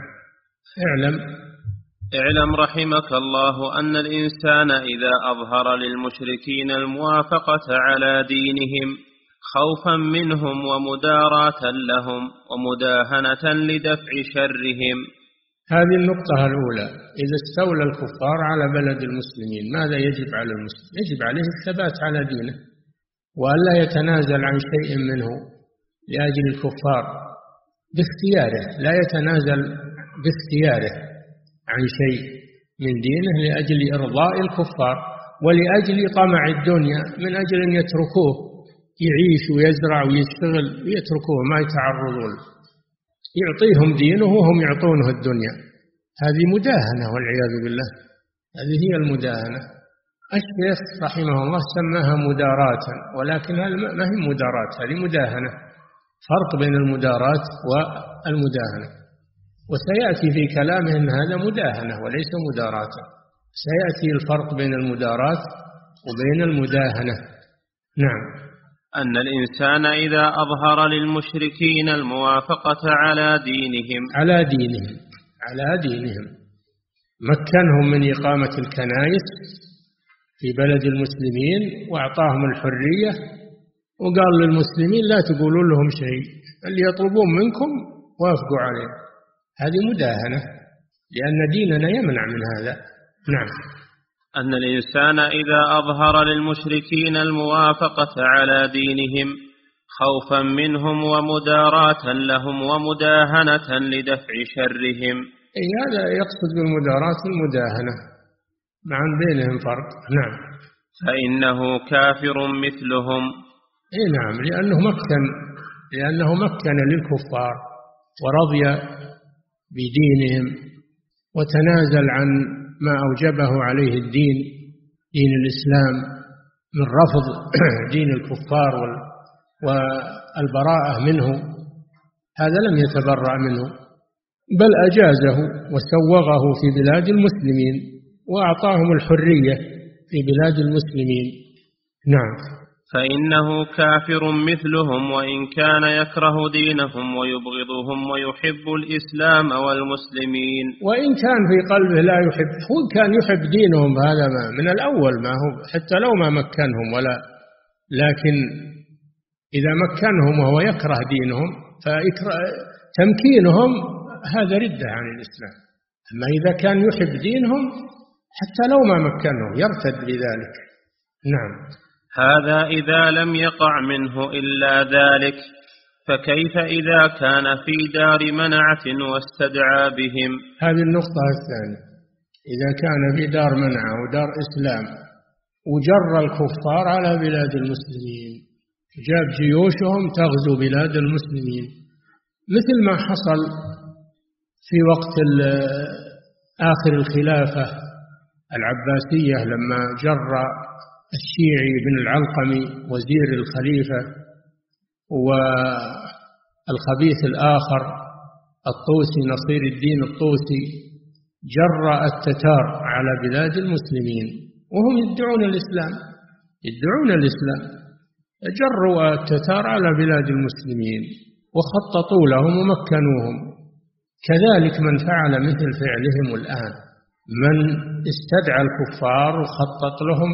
اعلم رحمك الله أن الإنسان إذا أظهر للمشركين الموافقة على دينهم خوفا منهم ومداراة لهم ومداهنة لدفع شرهم. هذه النقطة الأولى. إذا استولى الكفار على بلد المسلمين ماذا يجب على المسلم؟ يجب عليه الثبات على دينه، وألا يتنازل عن شيء منه لأجل الكفار باختياره، لا يتنازل باختياره عن شيء من دينه لأجل إرضاء الكفار ولأجل طمع الدنيا، من أجل أن يتركوه يعيش ويزرع ويشتغل ويتركوه ما يتعرضون، يعطيهم دينه وهم يعطونه الدنيا. هذه مداهنة والعياذ بالله، هذه هي المداهنة. الشيخ رحمه الله سماها مداراة، ولكن ما هي مداراة، هذه مداهنة. فرق بين المداراة والمداهنة، وسيأتي في كلامه أن هذا مداهنة وليس مداراة. سيأتي الفرق بين المداراة وبين المداهنة. نعم. أن الإنسان إذا أظهر للمشركين الموافقة على دينهم مكنهم من إقامة الكنائس في بلد المسلمين وأعطاهم الحرية، وقال للمسلمين لا تقولوا لهم شيء، اللي يطلبون منكم وافقوا عليه. هذه مداهنة، لأن ديننا يمنع من هذا. نعم. أن الإنسان إذا أظهر للمشركين الموافقة على دينهم خوفا منهم ومداراة لهم ومداهنة لدفع شرهم. هذا يقصد بالمداراة المداهنة، مع بينهم فرق. نعم. فإنه كافر مثلهم. نعم، لأنه مكن للكفار ورضي بدينهم وتنازل عن ما أوجبه عليه الدين، دين الإسلام، من رفض دين الكفار والبراءة منه. هذا لم يتبرأ منه، بل أجازه وسوغه في بلاد المسلمين وأعطاهم الحرية في بلاد المسلمين. نعم. فإنه كافر مثلهم وإن كان يكره دينهم ويبغضهم ويحب الإسلام والمسلمين. وإن كان في قلبه لا يحب، هو كان يحب دينهم، هذا من الأول ما هو، حتى لو ما مكنهم لكن إذا مكنهم وهو يكره دينهم فتمكينهم هذا ردة عن الإسلام. أما إذا كان يحب دينهم حتى لو ما مكنهم يرتد بذلك. نعم. هذا إذا لم يقع منه إلا ذلك، فكيف إذا كان في دار منعة واستدعى بهم؟ هذه النقطة الثانية. إذا كان في دار منعة ودار إسلام وجر الكفار على بلاد المسلمين، جاب جيوشهم تغزو بلاد المسلمين، مثل ما حصل في وقت آخر الخلافة العباسية لما جر الشيعي بن العلقمي وزير الخليفة والخبيث الآخر الطوسي نصير الدين الطوسي، جر التتار على بلاد المسلمين وهم يدعون الإسلام، جروا التتار على بلاد المسلمين وخططوا لهم ومكنوهم. كذلك من فعل مثل فعلهم الآن، من استدعى الكفار وخطط لهم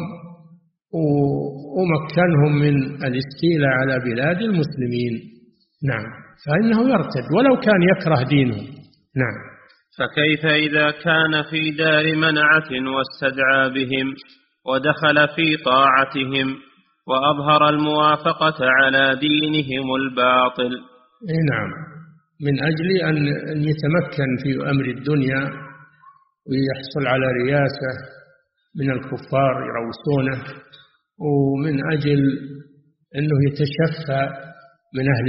ومكنهم من الاستيلاء على بلاد المسلمين. نعم. فإنه يرتد ولو كان يكره دينه. نعم. فكيف إذا كان في دار منعة واستدعى بهم ودخل في طاعتهم وأظهر الموافقة على دينهم الباطل؟ نعم، من أجل أن يتمكن في أمر الدنيا ويحصل على رياسة من الكفار يروسونه، ومن أجل أنه يتشفى من أهل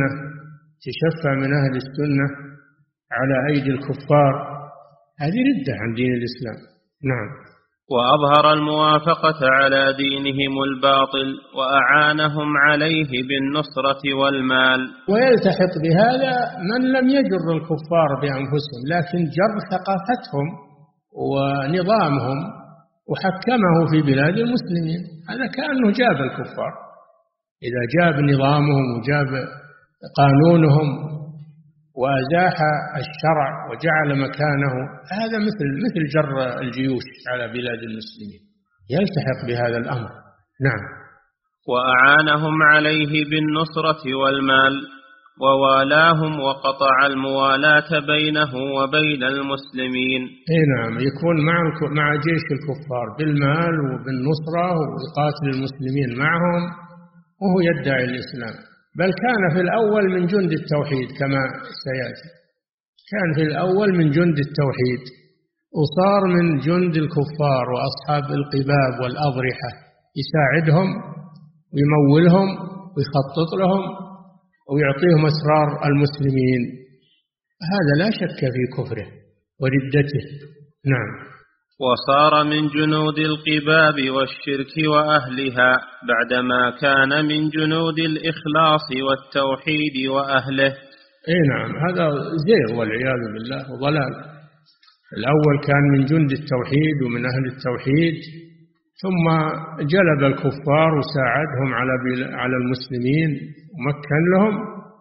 السنة على أيدي الكفار، هذه ردة عن دين الإسلام. نعم. وأظهر الموافقة على دينهم الباطل وأعانهم عليه بالنصرة والمال. ويلتحق بهذا من لم يجر الكفار بأنفسهم، لكن جر ثقافتهم ونظامهم وحكمه في بلاد المسلمين. هذا كأنه جاب الكفار، إذا جاب نظامهم وجاب قانونهم وأزاح الشرع وجعل مكانه، هذا مثل جر الجيوش على بلاد المسلمين، يلتحق بهذا الأمر. نعم. وأعانهم عليه بالنصرة والمال، ووالاهم وقطع الموالاة بينه وبين المسلمين. نعم، يكون مع جيش الكفار بالمال وبالنصرة ويقاتل المسلمين معهم وهو يدعي الإسلام. بل كان في الأول من جند التوحيد كما سيأتي، كان في الأول من جند التوحيد وصار من جند الكفار وأصحاب القباب والأضرحة، يساعدهم ويمولهم ويخطط لهم ويعطيهم أسرار المسلمين. هذا لا شك في كفره وردته. نعم. وصار من جنود القباب والشرك وأهلها بعدما كان من جنود الإخلاص والتوحيد وأهله. نعم، هذا زيغ والعياذ بالله وضلال. الأول كان من جند التوحيد ومن أهل التوحيد، ثم جلب الكفار وساعدهم على المسلمين ومكن لهم،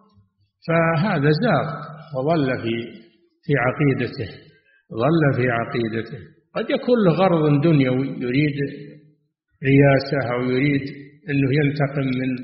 فهذا زاغ وظل في عقيدته، ظل في عقيدته. قد يكون له غرض دنيوي، يريد رياسة أو يريد أنه ينتقم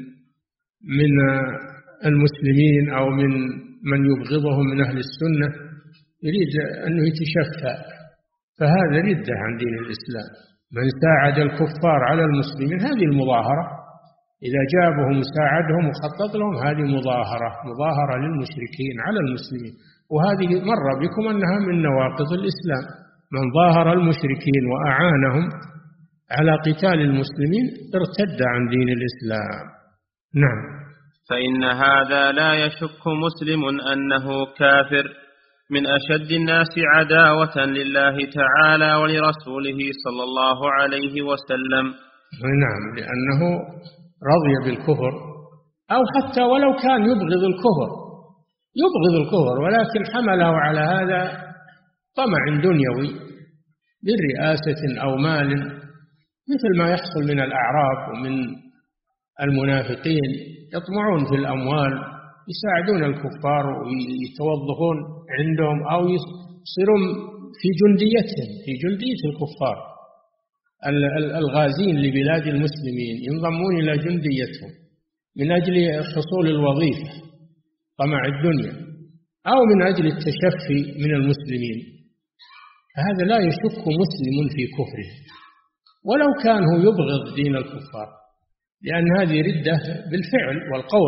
من المسلمين أو من يبغضهم من أهل السنة، يريد أنه يتشفى، فهذا ردة عن دين الإسلام. من ساعد الكفار على المسلمين هذه المظاهرة، إذا جابهم وساعدهم وخطط لهم هذه مظاهرة للمشركين على المسلمين. وهذه مر بكم أنها من نواقض الإسلام، من ظاهر المشركين وأعانهم على قتال المسلمين ارتد عن دين الإسلام. نعم. فإن هذا لا يشك مسلم أنه كافر، من أشد الناس عداوة لله تعالى ولرسوله صلى الله عليه وسلم. نعم، لأنه رضي بالكفر، أو حتى ولو كان يبغض الكفر ولكن حمله على هذا طمع دنيوي بالرئاسة أو مال، مثل ما يحصل من الأعراب ومن المنافقين، يطمعون في الأموال، يساعدون الكفار ويتوظفون عندهم أو يصيرون في جندية الكفار الغازين لبلاد المسلمين، ينضمون إلى جنديتهم من أجل حصول الوظيفة، طمع الدنيا، أو من أجل التشفي من المسلمين. هذا لا يشك مسلم في كفره ولو كان هو يبغض دين الكفار، لأن هذه ردة بالفعل والقول.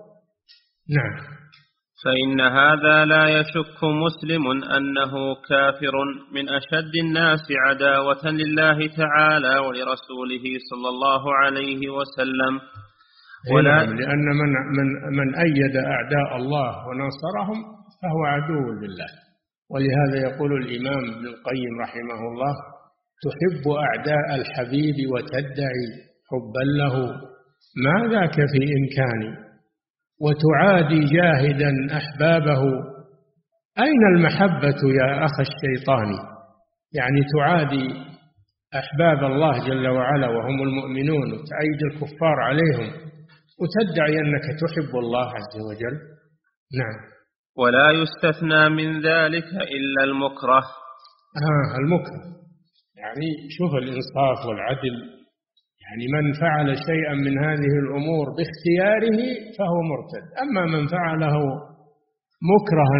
نعم. فإن هذا لا يشك مسلم أنه كافر، من أشد الناس عداوة لله تعالى ولرسوله صلى الله عليه وسلم. نعم، لأن من أيد أعداء الله ونصرهم فهو عدو لله. ولهذا يقول الإمام ابن القيم رحمه الله: تحب أعداء الحبيب وتدعي حبا له، ما ذاك في إمكاني، وتعادي جاهدا أحبابه، أين المحبة يا أخ الشيطان؟ يعني تعادي أحباب الله جل وعلا وهم المؤمنون، وتأيد الكفار عليهم، وتدعي أنك تحب الله عز وجل. نعم. ولا يستثنى من ذلك إلا المكره. المكره، يعني شوف الإنصاف والعدل، يعني من فعل شيئا من هذه الأمور باختياره فهو مرتد، أما من فعله مكرها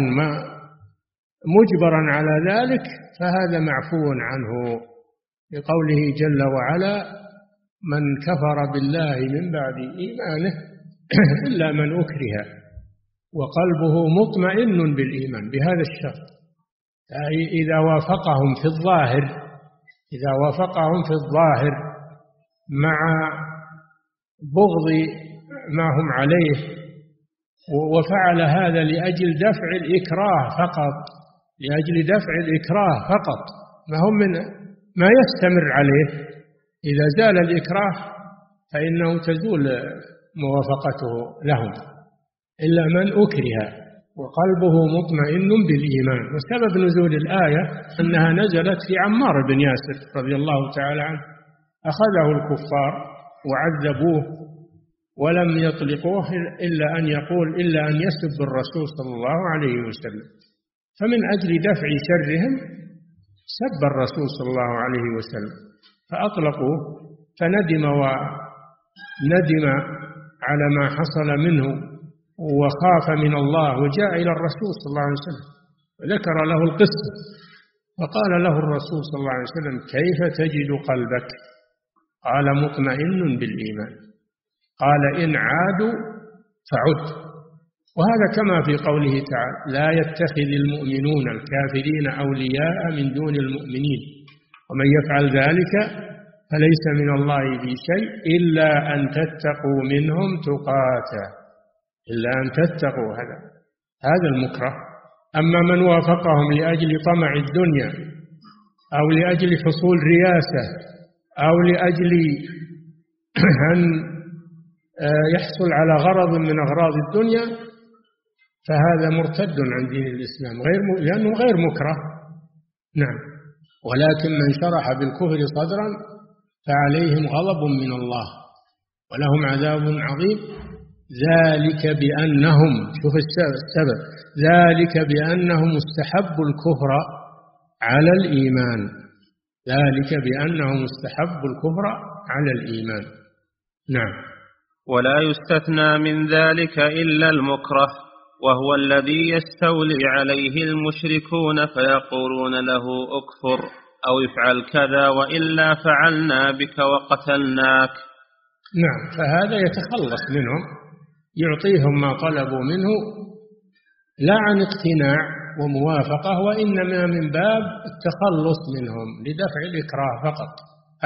مجبرا على ذلك فهذا معفو عنه، لقوله جل وعلا: من كفر بالله من بعد إيمانه إلا من أكره وقلبه مطمئن بالإيمان، بهذا الشرط. إذا وافقهم في الظاهر مع بغض ما هم عليه، وفعل هذا لأجل دفع الإكراه فقط، ما هم من ما يستمر عليه. إذا زال الإكراه فإنه تزول موافقته لهم، إلا من أكره وقلبه مطمئن بالإيمان. وسبب نزول الآية أنها نزلت في عمار بن ياسر رضي الله تعالى عنه، أخذه الكفار وعذبوه ولم يطلقوه إلا أن يسب الرسول صلى الله عليه وسلم، فمن أجل دفع شرهم سب الرسول صلى الله عليه وسلم فأطلقوه، فندم على ما حصل منه وخاف من الله، وجاء إلى الرسول صلى الله عليه وسلم وذكر له القصة، فقال له الرسول صلى الله عليه وسلم: كيف تجد قلبك؟ قال: مطمئن بالإيمان. قال: إن عادوا فعد. وهذا كما في قوله تعالى: لا يتخذ المؤمنون الكافرين أولياء من دون المؤمنين ومن يفعل ذلك فليس من الله في شيء إلا أن تتقوا منهم تقاتا، إلا أن تتقوا، هذا المكره. أما من وافقهم لأجل طمع الدنيا أو لأجل حصول رياسة أو لأجل أن يحصل على غرض من أغراض الدنيا فهذا مرتد عن دين الإسلام لأنه غير مكره. نعم. ولكن من شرح بالكفر صدرا فعليهم غضب من الله ولهم عذاب عظيم، ذلك بأنهم، شوف السبب، ذلك بأنهم استحبوا الكفر على الإيمان، ذلك بأنهم استحبوا الكفر على الإيمان. نعم. ولا يستثنى من ذلك إلا المكره، وهو الذي يستولي عليه المشركون فيقولون له اكفر أو افعل كذا وإلا فعلنا بك وقتلناك. نعم. فهذا يتخلص منهم، يعطيهم ما طلبوا منه لا عن اقتناع وموافقة، وإنما من باب التخلص منهم لدفع الإكراه فقط.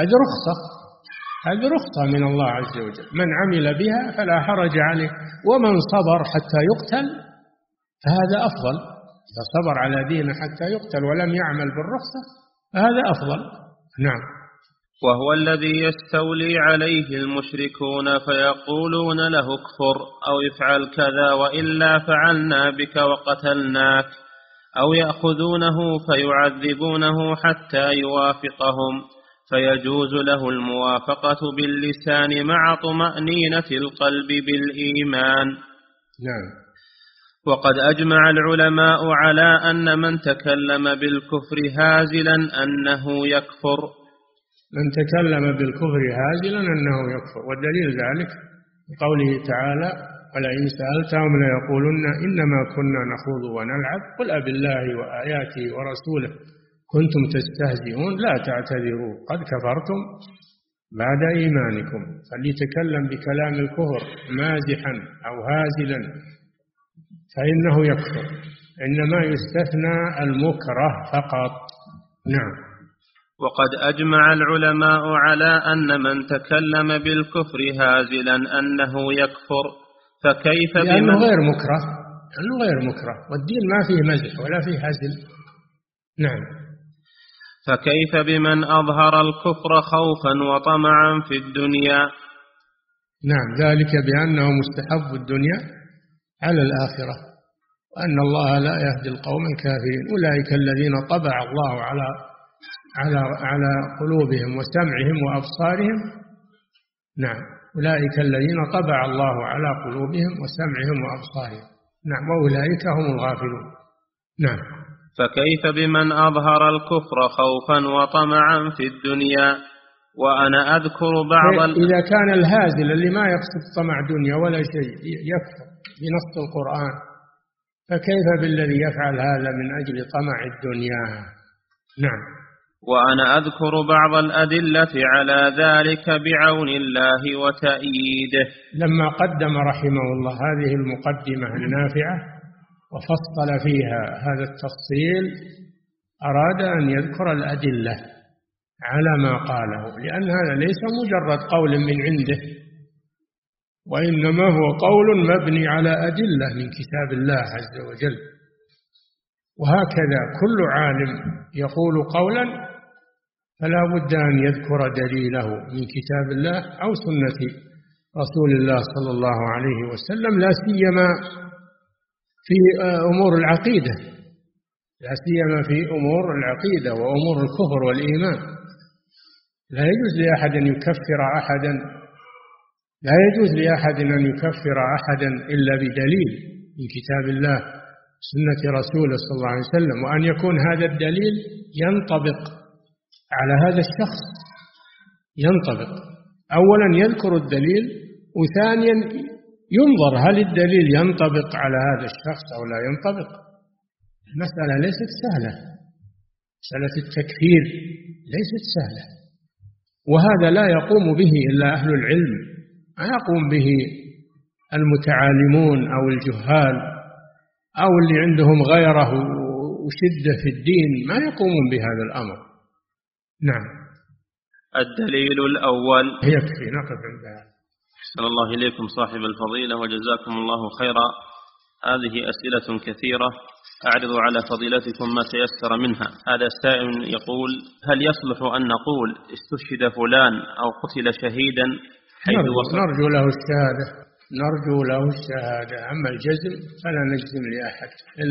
هذه رخصة من الله عز وجل، من عمل بها فلا حرج عليه، ومن صبر حتى يقتل فهذا أفضل. إذا صبر على دينه حتى يقتل ولم يعمل بالرخصة فهذا أفضل. نعم. وهو الذي يستولي عليه المشركون فيقولون له اكفر أو افعل كذا وإلا فعلنا بك وقتلناك، أو يأخذونه فيعذبونه حتى يوافقهم، فيجوز له الموافقة باللسان مع طمأنينة القلب بالإيمان. نعم. وقد أجمع العلماء على أن من تكلم بالكفر هازلا أنه يكفر. من تكلم بالكفر هازلا أنه يكفر، والدليل ذلك قوله تعالى: ولئن سألتهم ليقولن إنما كنا نخوض ونلعب قل أبالله وآياته ورسوله كنتم تستهزئون لا تعتذروا قد كفرتم بعد إيمانكم. فليتكلم بكلام الكفر مازحا أو هازلا فإنه يكفر، إنما يستثنى المكره فقط. نعم. وقد أجمع العلماء على أن من تكلم بالكفر هازلا أنه يكفر، فكيف بمن لأنه غير مكره، والدين ما فيه مزح ولا فيه هزل. نعم. فكيف بمن أظهر الكفر خوفا وطمعا في الدنيا؟ نعم. ذلك بأنه مستحب الدنيا على الآخرة، وأن الله لا يهدي القوم الكافرين. أولئك الذين طبع الله على قلوبهم وسمعهم وأبصارهم. نعم. أولئك الذين طبع الله على قلوبهم وسمعهم وأبصارهم. نعم. وأولئك هم الغافلون. نعم. فكيف بمن أظهر الكفر خوفا وطمعا في الدنيا؟ وأنا أذكر بعض إذا كان الهازل اللي ما يقصد طمع دنيا ولا شيء يكفر بنص القرآن، فكيف بالذي يفعل هذا من أجل طمع الدنيا؟ نعم. وأنا أذكر بعض الأدلة على ذلك بعون الله وتأييده. لما قدم رحمه الله هذه المقدمة النافعة وفصل فيها هذا التفصيل أراد أن يذكر الأدلة على ما قاله، لأن هذا ليس مجرد قول من عنده، وإنما هو قول مبني على أدلة من كتاب الله عز وجل. وهكذا كل عالم يقول قولا فلا بد أن يذكر دليله من كتاب الله أو سنة رسول الله صلى الله عليه وسلم، لا سيما في أمور العقيدة، لا سيما في أمور العقيدة وأمور الكفر والإيمان. لا يجوز لأحد أن يكفر أحدا، لا يجوز لأحد أن يكفر أحدا إلا بدليل من كتاب الله سنة رسوله صلى الله عليه وسلم، وأن يكون هذا الدليل ينطبق على هذا الشخص. ينطبق أولا يذكر الدليل، وثانيا ينظر هل الدليل ينطبق على هذا الشخص أو لا ينطبق. المسألة ليست سهلة، مسألة التكفير ليست سهلة، وهذا لا يقوم به إلا أهل العلم، ما يقوم به المتعالمون أو الجهال أو اللي عندهم غيره وشدة في الدين، ما يقومون بهذا الأمر. نعم. الدليل الأول. يكفي نقف عندها. أحسن الله إليكم صاحب الفضيلة وجزاكم الله خيرا. هذه أسئلة كثيرة، أعرض على فضيلتكم ما تيسر منها. هذا السائل يقول: هل يصلح أن نقول استشهد فلان أو قتل شهيدا حيث وصل؟ نرجو له الشهادة، نرجو له الشهادة. أما الجزم فلا نجزم لأحد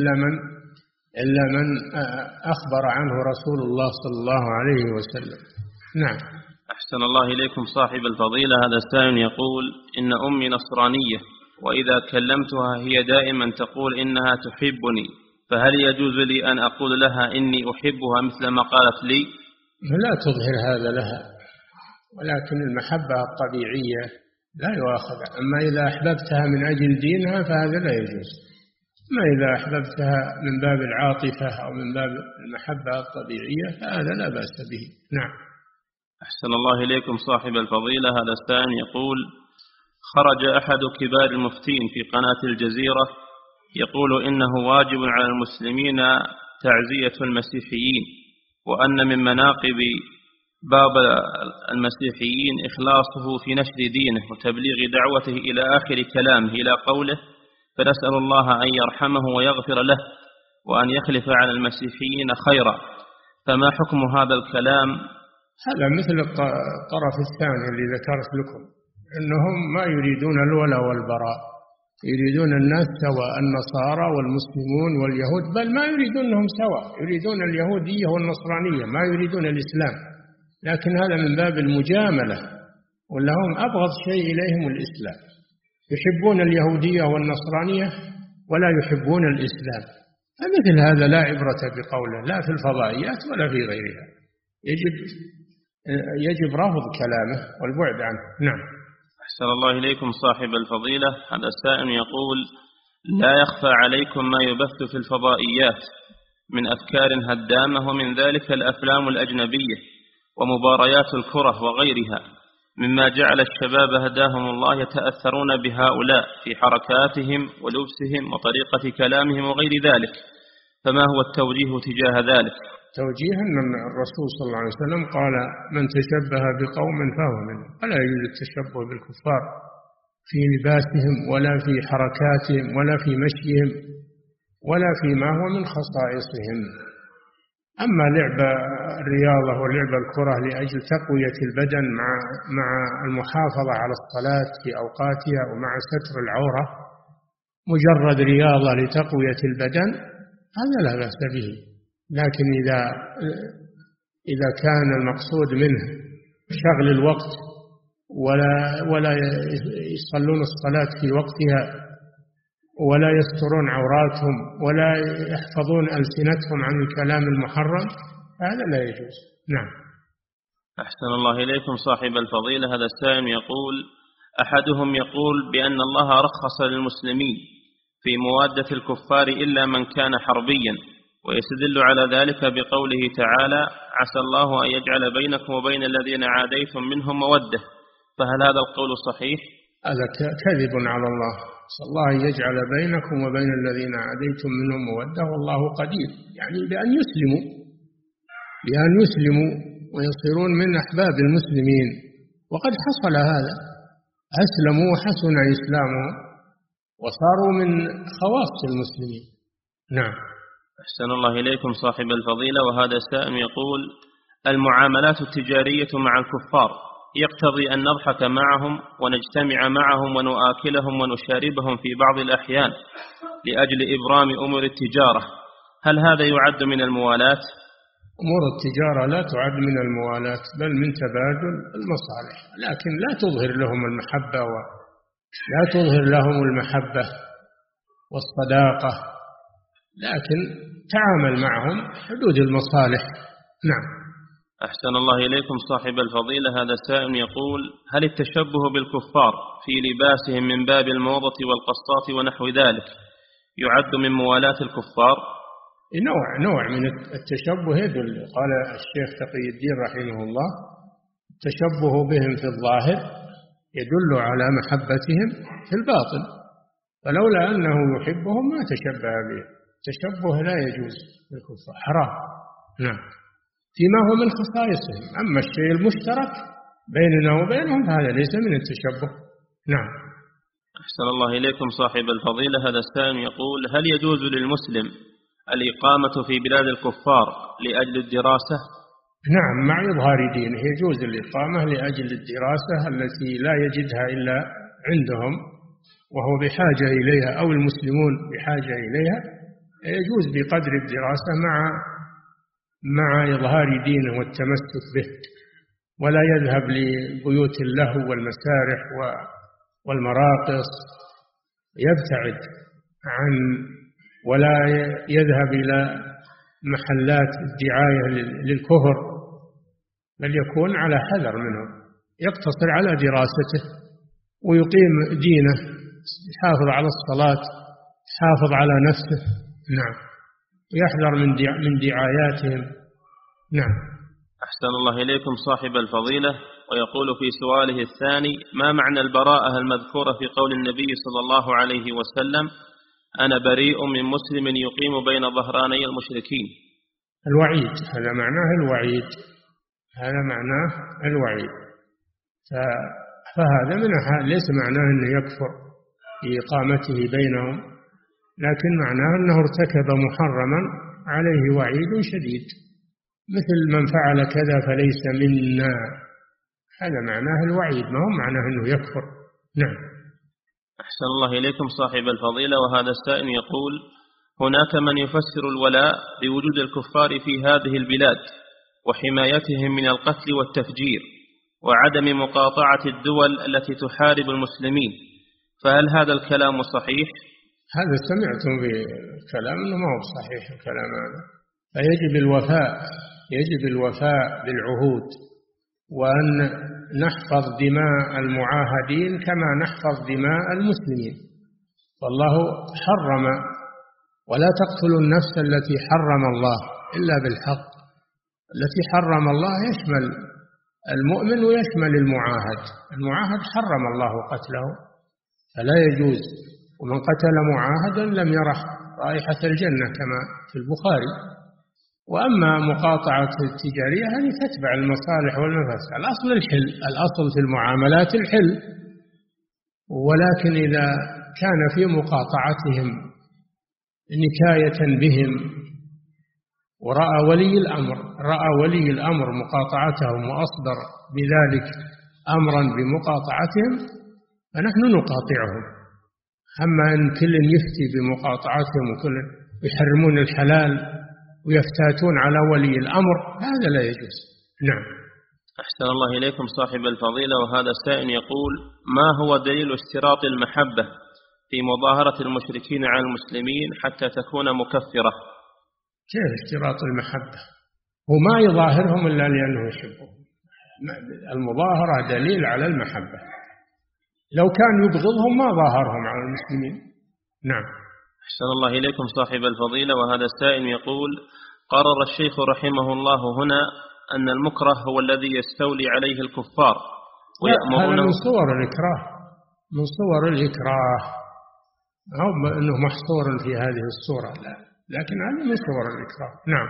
إلا من أخبر عنه رسول الله صلى الله عليه وسلم. نعم. أحسن الله إليكم صاحب الفضيلة. هذا السائل يقول: إن أمي نصرانية، وإذا كلمتها هي دائما تقول إنها تحبني، فهل يجوز لي أن أقول لها إني أحبها مثل ما قالت لي؟ لا تظهر هذا لها، ولكن المحبة الطبيعية لا يؤاخذ. أما إذا أحببتها من أجل دينها فهذا لا يجوز، أما إذا أحببتها من باب العاطفة أو من باب المحبة الطبيعية فهذا لا بأس به. نعم. أحسن الله إليكم صاحب الفضيلة. هذا السائل يقول: خرج أحد كبار المفتين في قناة الجزيرة يقول إنه واجب على المسلمين تعزية المسيحيين، وأن من مناقب باب المسيحيين إخلاصه في نشر دينه وتبليغ دعوته إلى آخر كلامه إلى قوله: فنسأل الله أن يرحمه ويغفر له وأن يخلف على المسيحيين خيرا. فما حكم هذا الكلام؟ هذا مثل الطرف الثاني اللي ذكرت لكم، أنهم ما يريدون الولاء والبراء، يريدون الناس سواء، النصارى والمسلمون واليهود، بل ما يريدونهم سواء، يريدون اليهودية والنصرانية، ما يريدون الإسلام. لكن هذا من باب المجاملة، ولهم أبغض شيء إليهم الإسلام، يحبون اليهودية والنصرانية ولا يحبون الإسلام. فمثل هذا لا عبرة بقوله، لا في الفضائيات ولا في غيرها. يجب رفض كلامه والبعد عنه. نعم. أحسن الله إليكم صاحب الفضيلة. هذا السائل يقول: لا يخفى عليكم ما يبث في الفضائيات من أفكار هدامة، ومن ذلك الأفلام الأجنبية ومباريات الكرة وغيرها، مما جعل الشباب هداهم الله يتأثرون بهؤلاء في حركاتهم ولبسهم وطريقة كلامهم وغير ذلك، فما هو التوجيه تجاه ذلك؟ توجيه أن الرسول صلى الله عليه وسلم قال: من تشبه بقوم فهو منهم. فلا يوجد التشبه بالكفار في لباسهم ولا في حركاتهم ولا في مشيهم ولا فيما هو من خصائصهم. أما لعب الرياضة ولعب الكرة لأجل تقوية البدن مع المحافظة على الصلاة في أوقاتها ومع ستر العورة، مجرد رياضة لتقوية البدن، هذا لا بأس به. لكن إذا كان المقصود منه شغل الوقت ولا يصلون الصلاة في وقتها ولا يسترون عوراتهم ولا يحفظون ألسنتهم عن الكلام المحرم، هذا لا يجوز. نعم. أحسن الله إليكم صاحب الفضيلة. هذا السائل يقول: أحدهم يقول بأن الله رخص للمسلمين في موادة الكفار إلا من كان حربيا، ويستدل على ذلك بقوله تعالى: عسى الله أن يجعل بينكم وبين الذين عاديتم منهم مودة. فهل هذا القول صحيح؟ هذا كذب على الله. صلى الله أن يجعل بينكم وبين الذين عاديتم منهم مودة والله قدير، يعني بأن يسلموا ويصيرون من أحباب المسلمين، وقد حصل هذا، أسلموا وحسن إسلامهم وصاروا من خواص المسلمين. نعم. أحسن الله إليكم صاحب الفضيلة. وهذا السائل يقول: المعاملات التجارية مع الكفار يقتضي أن نضحك معهم ونجتمع معهم ونؤكلهم ونشاربهم في بعض الأحيان لأجل إبرام أمور التجارة، هل هذا يعد من الموالاة؟ أمور التجارة لا تعد من الموالاة، بل من تبادل المصالح، لكن لا تظهر لهم المحبة لا تظهر لهم المحبة والصداقة، لكن تعامل معهم حدود المصالح. نعم. أحسن الله إليكم صاحب الفضيلة. هذا سائل يقول: هل التشبه بالكفار في لباسهم من باب الموضة والقسطاط ونحو ذلك يعد من موالاة الكفار؟ نوع من التشبه يدل، قال الشيخ تقي الدين رحمه الله: التشبه بهم في الظاهر يدل على محبتهم في الباطن، فلولا أنه يحبهم ما تشبه بهم. التشبه لا يجوز بالكفار، حرام. نعم، فيما هو من خصائصهم. أما الشيء المشترك بيننا وبينهم فهذا ليس من التشبه. نعم. أحسن الله إليكم صاحب الفضيلة. هذا السائل يقول: هل يجوز للمسلم الإقامة في بلاد الكفار لأجل الدراسة؟ نعم، مع إظهار دينه يجوز الإقامة لأجل الدراسة التي لا يجدها إلا عندهم وهو بحاجة إليها، أو المسلمون بحاجة إليها، يجوز بقدر الدراسة مع إظهار دينه والتمسك به، ولا يذهب لبيوت اللهو والمسارح والمراقص، يبتعد ولا يذهب إلى محلات الدعاية للكفر، بل يكون على حذر منهم، يقتصر على دراسته ويقيم دينه، يحافظ على الصلاة، يحافظ على نفسه. نعم، يحذر من دعاياتهم. نعم. أحسن الله إليكم صاحب الفضيلة. ويقول في سؤاله الثاني: ما معنى البراءة المذكورة في قول النبي صلى الله عليه وسلم: أنا بريء من مسلم يقيم بين ظهراني المشركين؟ الوعيد، هذا معناه الوعيد، هذا معناه الوعيد. فهذا ليس معناه أنه يكفر بإقامته بينهم، لكن معناه أنه ارتكب محرما عليه وعيد شديد، مثل من فعل كذا فليس منا، هذا معناه الوعيد، ما هو معناه أنه يكفر. نعم. أحسن الله إليكم صاحب الفضيلة. وهذا السائل يقول: هناك من يفسر الولاء بوجود الكفار في هذه البلاد وحمايتهم من القتل والتفجير وعدم مقاطعة الدول التي تحارب المسلمين، فهل هذا الكلام صحيح؟ هذا سمعتم بكلام أنه ما هو صحيح الكلام هذا، فيجب الوفاء بالعهود، وأن نحفظ دماء المعاهدين كما نحفظ دماء المسلمين. والله حرم: ولا تقتلوا النفس التي حرم الله إلا بالحق. التي حرم الله يشمل المؤمن ويشمل المعاهد حرم الله قتله، فلا يجوز. ومن قتل معاهدا لم يرح رائحة الجنة كما في البخاري. وأما مقاطعة التجارية هذه تتبع المصالح والمفاسد. الأصل الحل، الأصل في المعاملات الحل، ولكن إذا كان في مقاطعتهم نكاية بهم ورأى ولي الأمر مقاطعتهم وأصدر بذلك أمرا بمقاطعتهم فنحن نقاطعهم. أما أن كل يفتي بمقاطعتهم وكل يحرمون الحلال ويفتاتون على ولي الأمر، هذا لا يجوز. نعم. أحسن الله إليكم صاحب الفضيلة. وهذا السائل يقول: ما هو دليل اشتراط المحبة في مظاهرة المشركين على المسلمين حتى تكون مكفرة؟ كيف اشتراط المحبة؟ هو ما يظاهرهم إلا لأنه يحبهم. المظاهرة دليل على المحبة، لو كان يبغضهم ما ظاهرهم على المسلمين. نعم. أحسن الله إليكم صاحب الفضيلة. وهذا السائل يقول: قرر الشيخ رحمه الله هنا أن المكره هو الذي يستولي عليه الكفار ويأمرونه. هذا من صور الإكراه، من صور الإكراه، أو أنه محصور في هذه الصورة، لا، لكن هذا من صور الإكراه. نعم.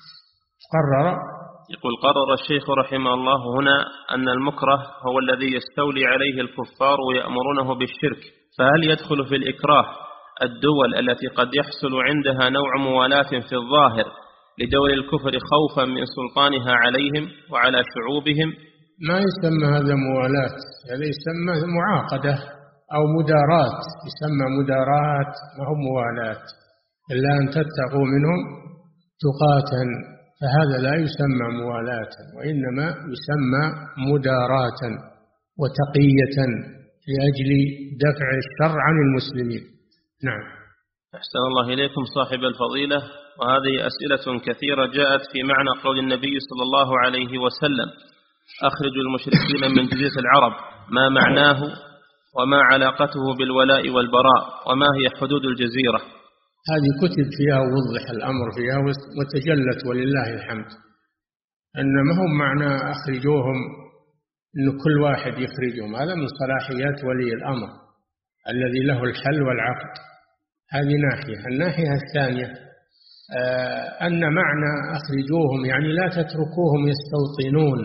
قرر الشيخ رحمه الله هنا أن المكره هو الذي يستولي عليه الكفار ويأمرونه بالشرك، فهل يدخل في الإكراه الدول التي قد يحصل عندها نوع موالاة في الظاهر لدول الكفر خوفا من سلطانها عليهم وعلى شعوبهم؟ ما يسمى هذا موالاة، هذا يسمى معاقدة أو مداراة، يسمى مداراة ما هو موالاة، إلا أن تتقوا منهم تقاة، فهذا لا يسمى موالاة، وإنما يسمى مداراة وتقية لأجل دفع الشر عن المسلمين. نعم. أحسن الله إليكم صاحب الفضيلة. وهذه أسئلة كثيرة جاءت في معنى قول النبي صلى الله عليه وسلم: أخرجوا المشركين من جزيرة العرب، ما معناه وما علاقته بالولاء والبراء وما هي حدود الجزيرة؟ هذه كتب فيها ووضح الأمر فيها وتجلت ولله الحمد. أن ما هم معنى أخرجوهم أن كل واحد يخرجهم، هذا من صلاحيات ولي الأمر الذي له الحل والعقد. هذه ناحية. الناحية الثانية أن معنى أخرجوهم يعني لا تتركوهم يستوطنون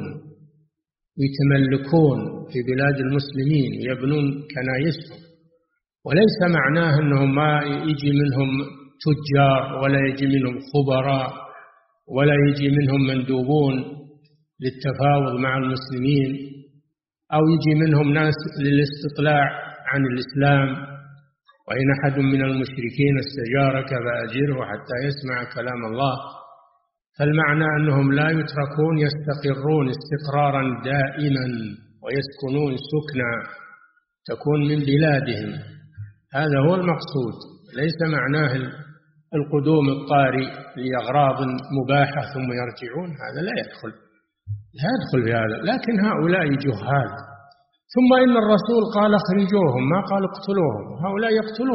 ويتملكون في بلاد المسلمين ويبنون كنائسهم، وليس معناه أنهم ما يجي منهم تجار ولا يجي منهم خبراء ولا يجي منهم مندوبون للتفاوض مع المسلمين، أو يجي منهم ناس للاستطلاع عن الإسلام، وإن أحد من المشركين استجارك فأجره حتى يسمع كلام الله. فالمعنى أنهم لا يتركون، يستقرون استقرارا دائما ويسكنون سكنا تكون من بلادهم، هذا هو المقصود. ليس معناه القدوم الطارئ لأغراض مباحة ثم يرجعون، هذا لا يدخل في هذا. لكن هؤلاء جهال. ثم إن الرسول قال اخرجوهم، ما قال اقتلوهم. هؤلاء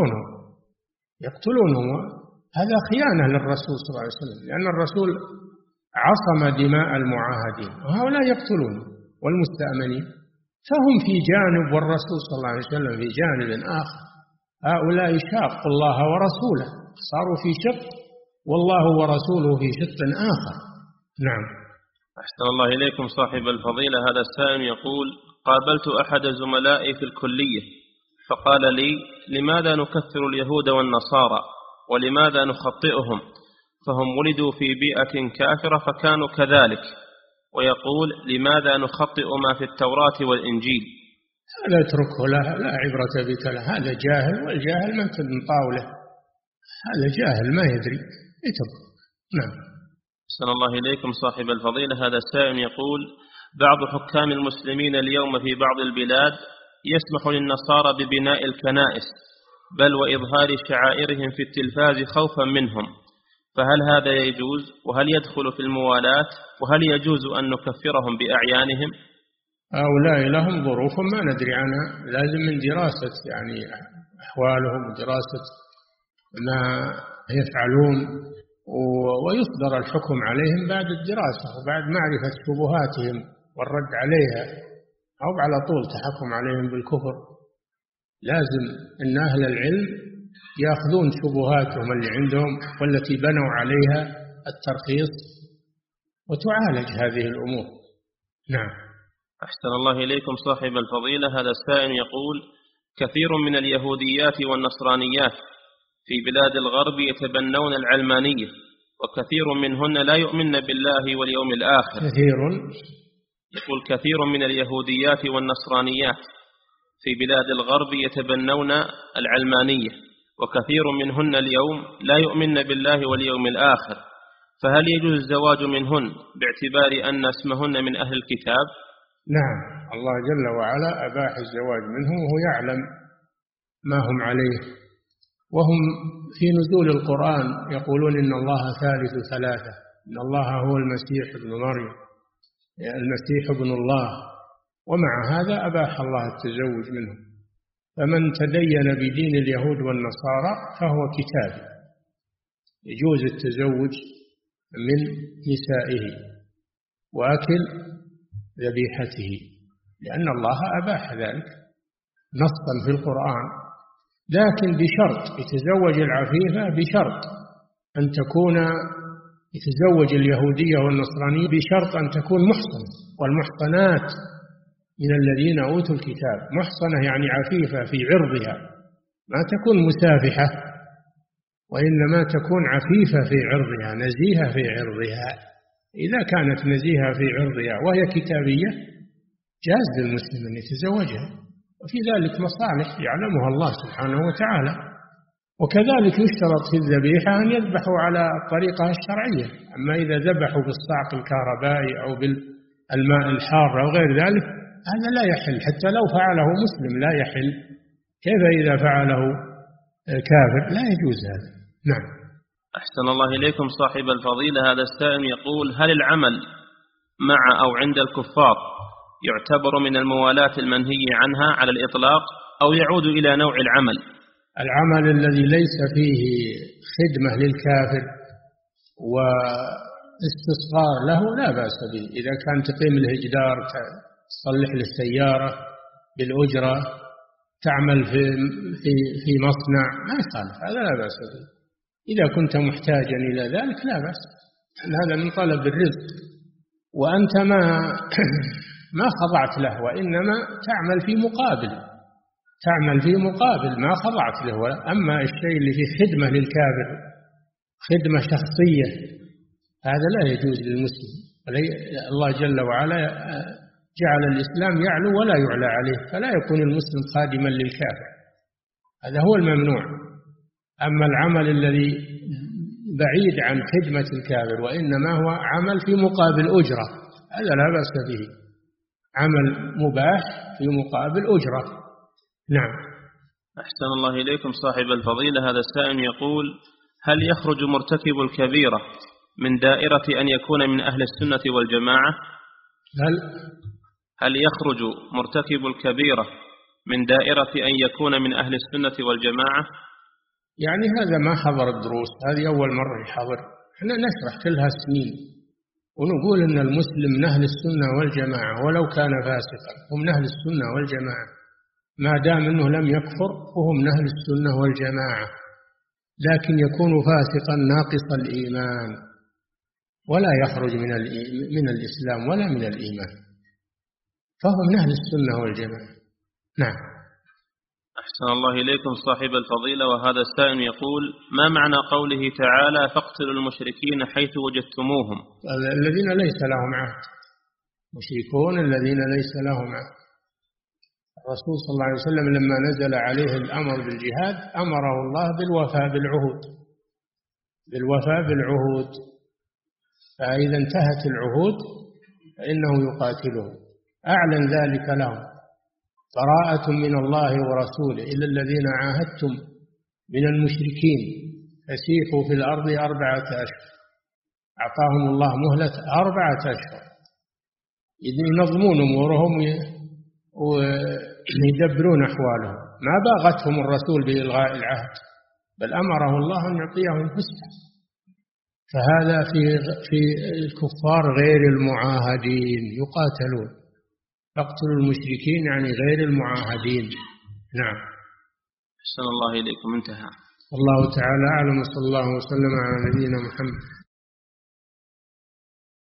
يقتلونهم، هذا خيانة للرسول صلى الله عليه وسلم، لأن الرسول عصم دماء المعاهدين، وهؤلاء يقتلون والمستأمنين، فهم في جانب والرسول صلى الله عليه وسلم في جانب آخر. هؤلاء شاقوا الله ورسوله، صاروا في شق، والله ورسوله في شق آخر. نعم. أحسن الله إليكم صاحب الفضيلة. هذا السائل يقول: قابلت أحد زملائي في الكلية فقال لي: لماذا نكثر اليهود والنصارى ولماذا نخطئهم؟ فهم ولدوا في بيئة كافرة فكانوا كذلك. ويقول: لماذا نخطئ ما في التوراة والإنجيل؟ هذا اتركه، لا عبرة بكلام، هذا جاهل، والجاهل ما تبن طاوله، هذا جاهل ما يدري، اترك. نعم. أحسن الله إليكم صاحب الفضيلة. هذا السائل يقول: بعض حكام المسلمين اليوم في بعض البلاد يسمح للنصارى ببناء الكنائس بل وإظهار شعائرهم في التلفاز خوفا منهم، فهل هذا يجوز؟ وهل يدخل في الموالاة؟ وهل يجوز أن نكفرهم بأعيانهم؟ هؤلاء لهم ظروف ما ندري عنها، لازم من دراسة يعني أحوالهم ودراسة ما يفعلون، ويصدر الحكم عليهم بعد الدراسة وبعد معرفة شبهاتهم والرد عليها، أو على طول تحكم عليهم بالكفر. لازم أن أهل العلم يأخذون شبهاتهم اللي عندهم والتي بنوا عليها الترخيص وتعالج هذه الأمور. نعم. أحسن الله إليكم صاحب الفضيلة. هذا السائل يقول: كثير من اليهوديات والنصرانيات في بلاد الغرب يتبنون العلمانية، وكثير منهن لا يؤمن بالله واليوم الآخر. يقول: كثير من اليهوديات والنصرانيات في بلاد الغرب يتبنون العلمانية، وكثير منهن اليوم لا يؤمن بالله واليوم الآخر، فهل يجوز الزواج منهن باعتبار أن اسمهن من أهل الكتاب؟ نعم، الله جل وعلا أباح الزواج منهم وهو يعلم ما هم عليه، وهم في نزول القرآن يقولون إن الله ثالث ثلاثة، إن الله هو المسيح ابن مريم، المسيح ابن الله، ومع هذا أباح الله التزوج منهم. فمن تدين بدين اليهود والنصارى فهو كتابي، يجوز التزوج من نسائه وأكل ذبيحته، لأن الله أباح ذلك نصا في القرآن، لكن بشرط يتزوج العفيفة، بشرط أن تكون يتزوج اليهودية والنصرانية بشرط أن تكون محصنة، والمحصنات من الذين أوتوا الكتاب. محصنة يعني عفيفة في عرضها، ما تكون مسافحة، وإنما تكون عفيفة في عرضها، نزيهة في عرضها. إذا كانت نزيهة في عرضها وهي كتابية جاز للمسلم أن يتزوجها، وفي ذلك مصالح يعلمها الله سبحانه وتعالى. وكذلك يشترط في الذبيحة أن يذبحوا على الطريقة الشرعية. أما إذا ذبحوا بالصعق الكهربائي أو بالماء الحار أو غير ذلك هذا لا يحل، حتى لو فعله مسلم لا يحل، كيف إذا فعله كافر؟ لا يجوز هذا. نعم. أحسن الله إليكم صاحب الفضيلة. هذا السائل يقول: هل العمل مع أو عند الكفار يعتبر من الموالاة المنهي عنها على الإطلاق، أو يعود إلى نوع العمل؟ العمل الذي ليس فيه خدمة للكافر واستصغار له لا بأس به. إذا كان تقيم له جدار، تصلح له السيارة بالأجرة، تعمل في مصنع، ما يخالف، هذا لا بأس به. إذا كنت محتاجا إلى ذلك لا بأس، هذا من طلب الرزق، وأنت ما خضعت له، وإنما تعمل في مقابل ما خضعت له. أما الشيء اللي فيه خدمة للكافر، خدمة شخصية، هذا لا يجوز للمسلم. الله جل وعلا جعل الإسلام يعلو ولا يعلى عليه، فلا يكون المسلم خادما للكافر، هذا هو الممنوع. أما العمل الذي بعيد عن خدمة الكافر وإنما هو عمل في مقابل أجرة، هذا لا بأس به، عمل مباح في مقابل أجرة. نعم. أحسن الله إليكم صاحب الفضيلة. هذا السائل يقول: هل يخرج مرتكب الكبيرة من دائرة أن يكون من أهل السنة والجماعة؟ هل يخرج مرتكب الكبيرة من دائرة أن يكون من أهل السنة والجماعة؟ يعني هذا ما حضر الدروس، هذه أول مرة يحضر. احنا نشرح كلها سنين ونقول أن المسلم من أهل السنة والجماعة ولو كان فاسقا، هم من أهل السنة والجماعة، ما دام أنه لم يكفر وهم من أهل السنة والجماعة، لكن يكون فاسقا ناقص الإيمان ولا يخرج من الإسلام ولا من الإيمان، فهو من أهل السنة والجماعة. نعم. أحسن الله إليكم صاحب الفضيلة. وهذا السائل يقول: ما معنى قوله تعالى: فاقتلوا المشركين حيث وجدتموهم؟ الذين ليس لهم عهد، مشركون الذين ليس لهم عهد. الرسول صلى الله عليه وسلم لما نزل عليه الأمر بالجهاد أمره الله بالوفاء بالعهود، فإذا انتهت العهود فإنه يقاتله. أعلن ذلك لهم: براءة من الله ورسوله إلى الذين عاهدتم من المشركين فسيحوا في الأرض 4 أشهر. أعطاهم الله مهلة 4 أشهر ينظمون أمورهم ويدبرون أحوالهم. ما باغتهم الرسول بإلغاء العهد، بل أمره الله أن يعطيهم فسحة. فهذا في الكفار غير المعاهدين يقاتلون. فاقتلوا المشركين يعني غير المعاهدين. نعم. أحسن الله إليكم. انتهى. الله تعالى أعلم، صلى الله وسلم على نبينا محمد.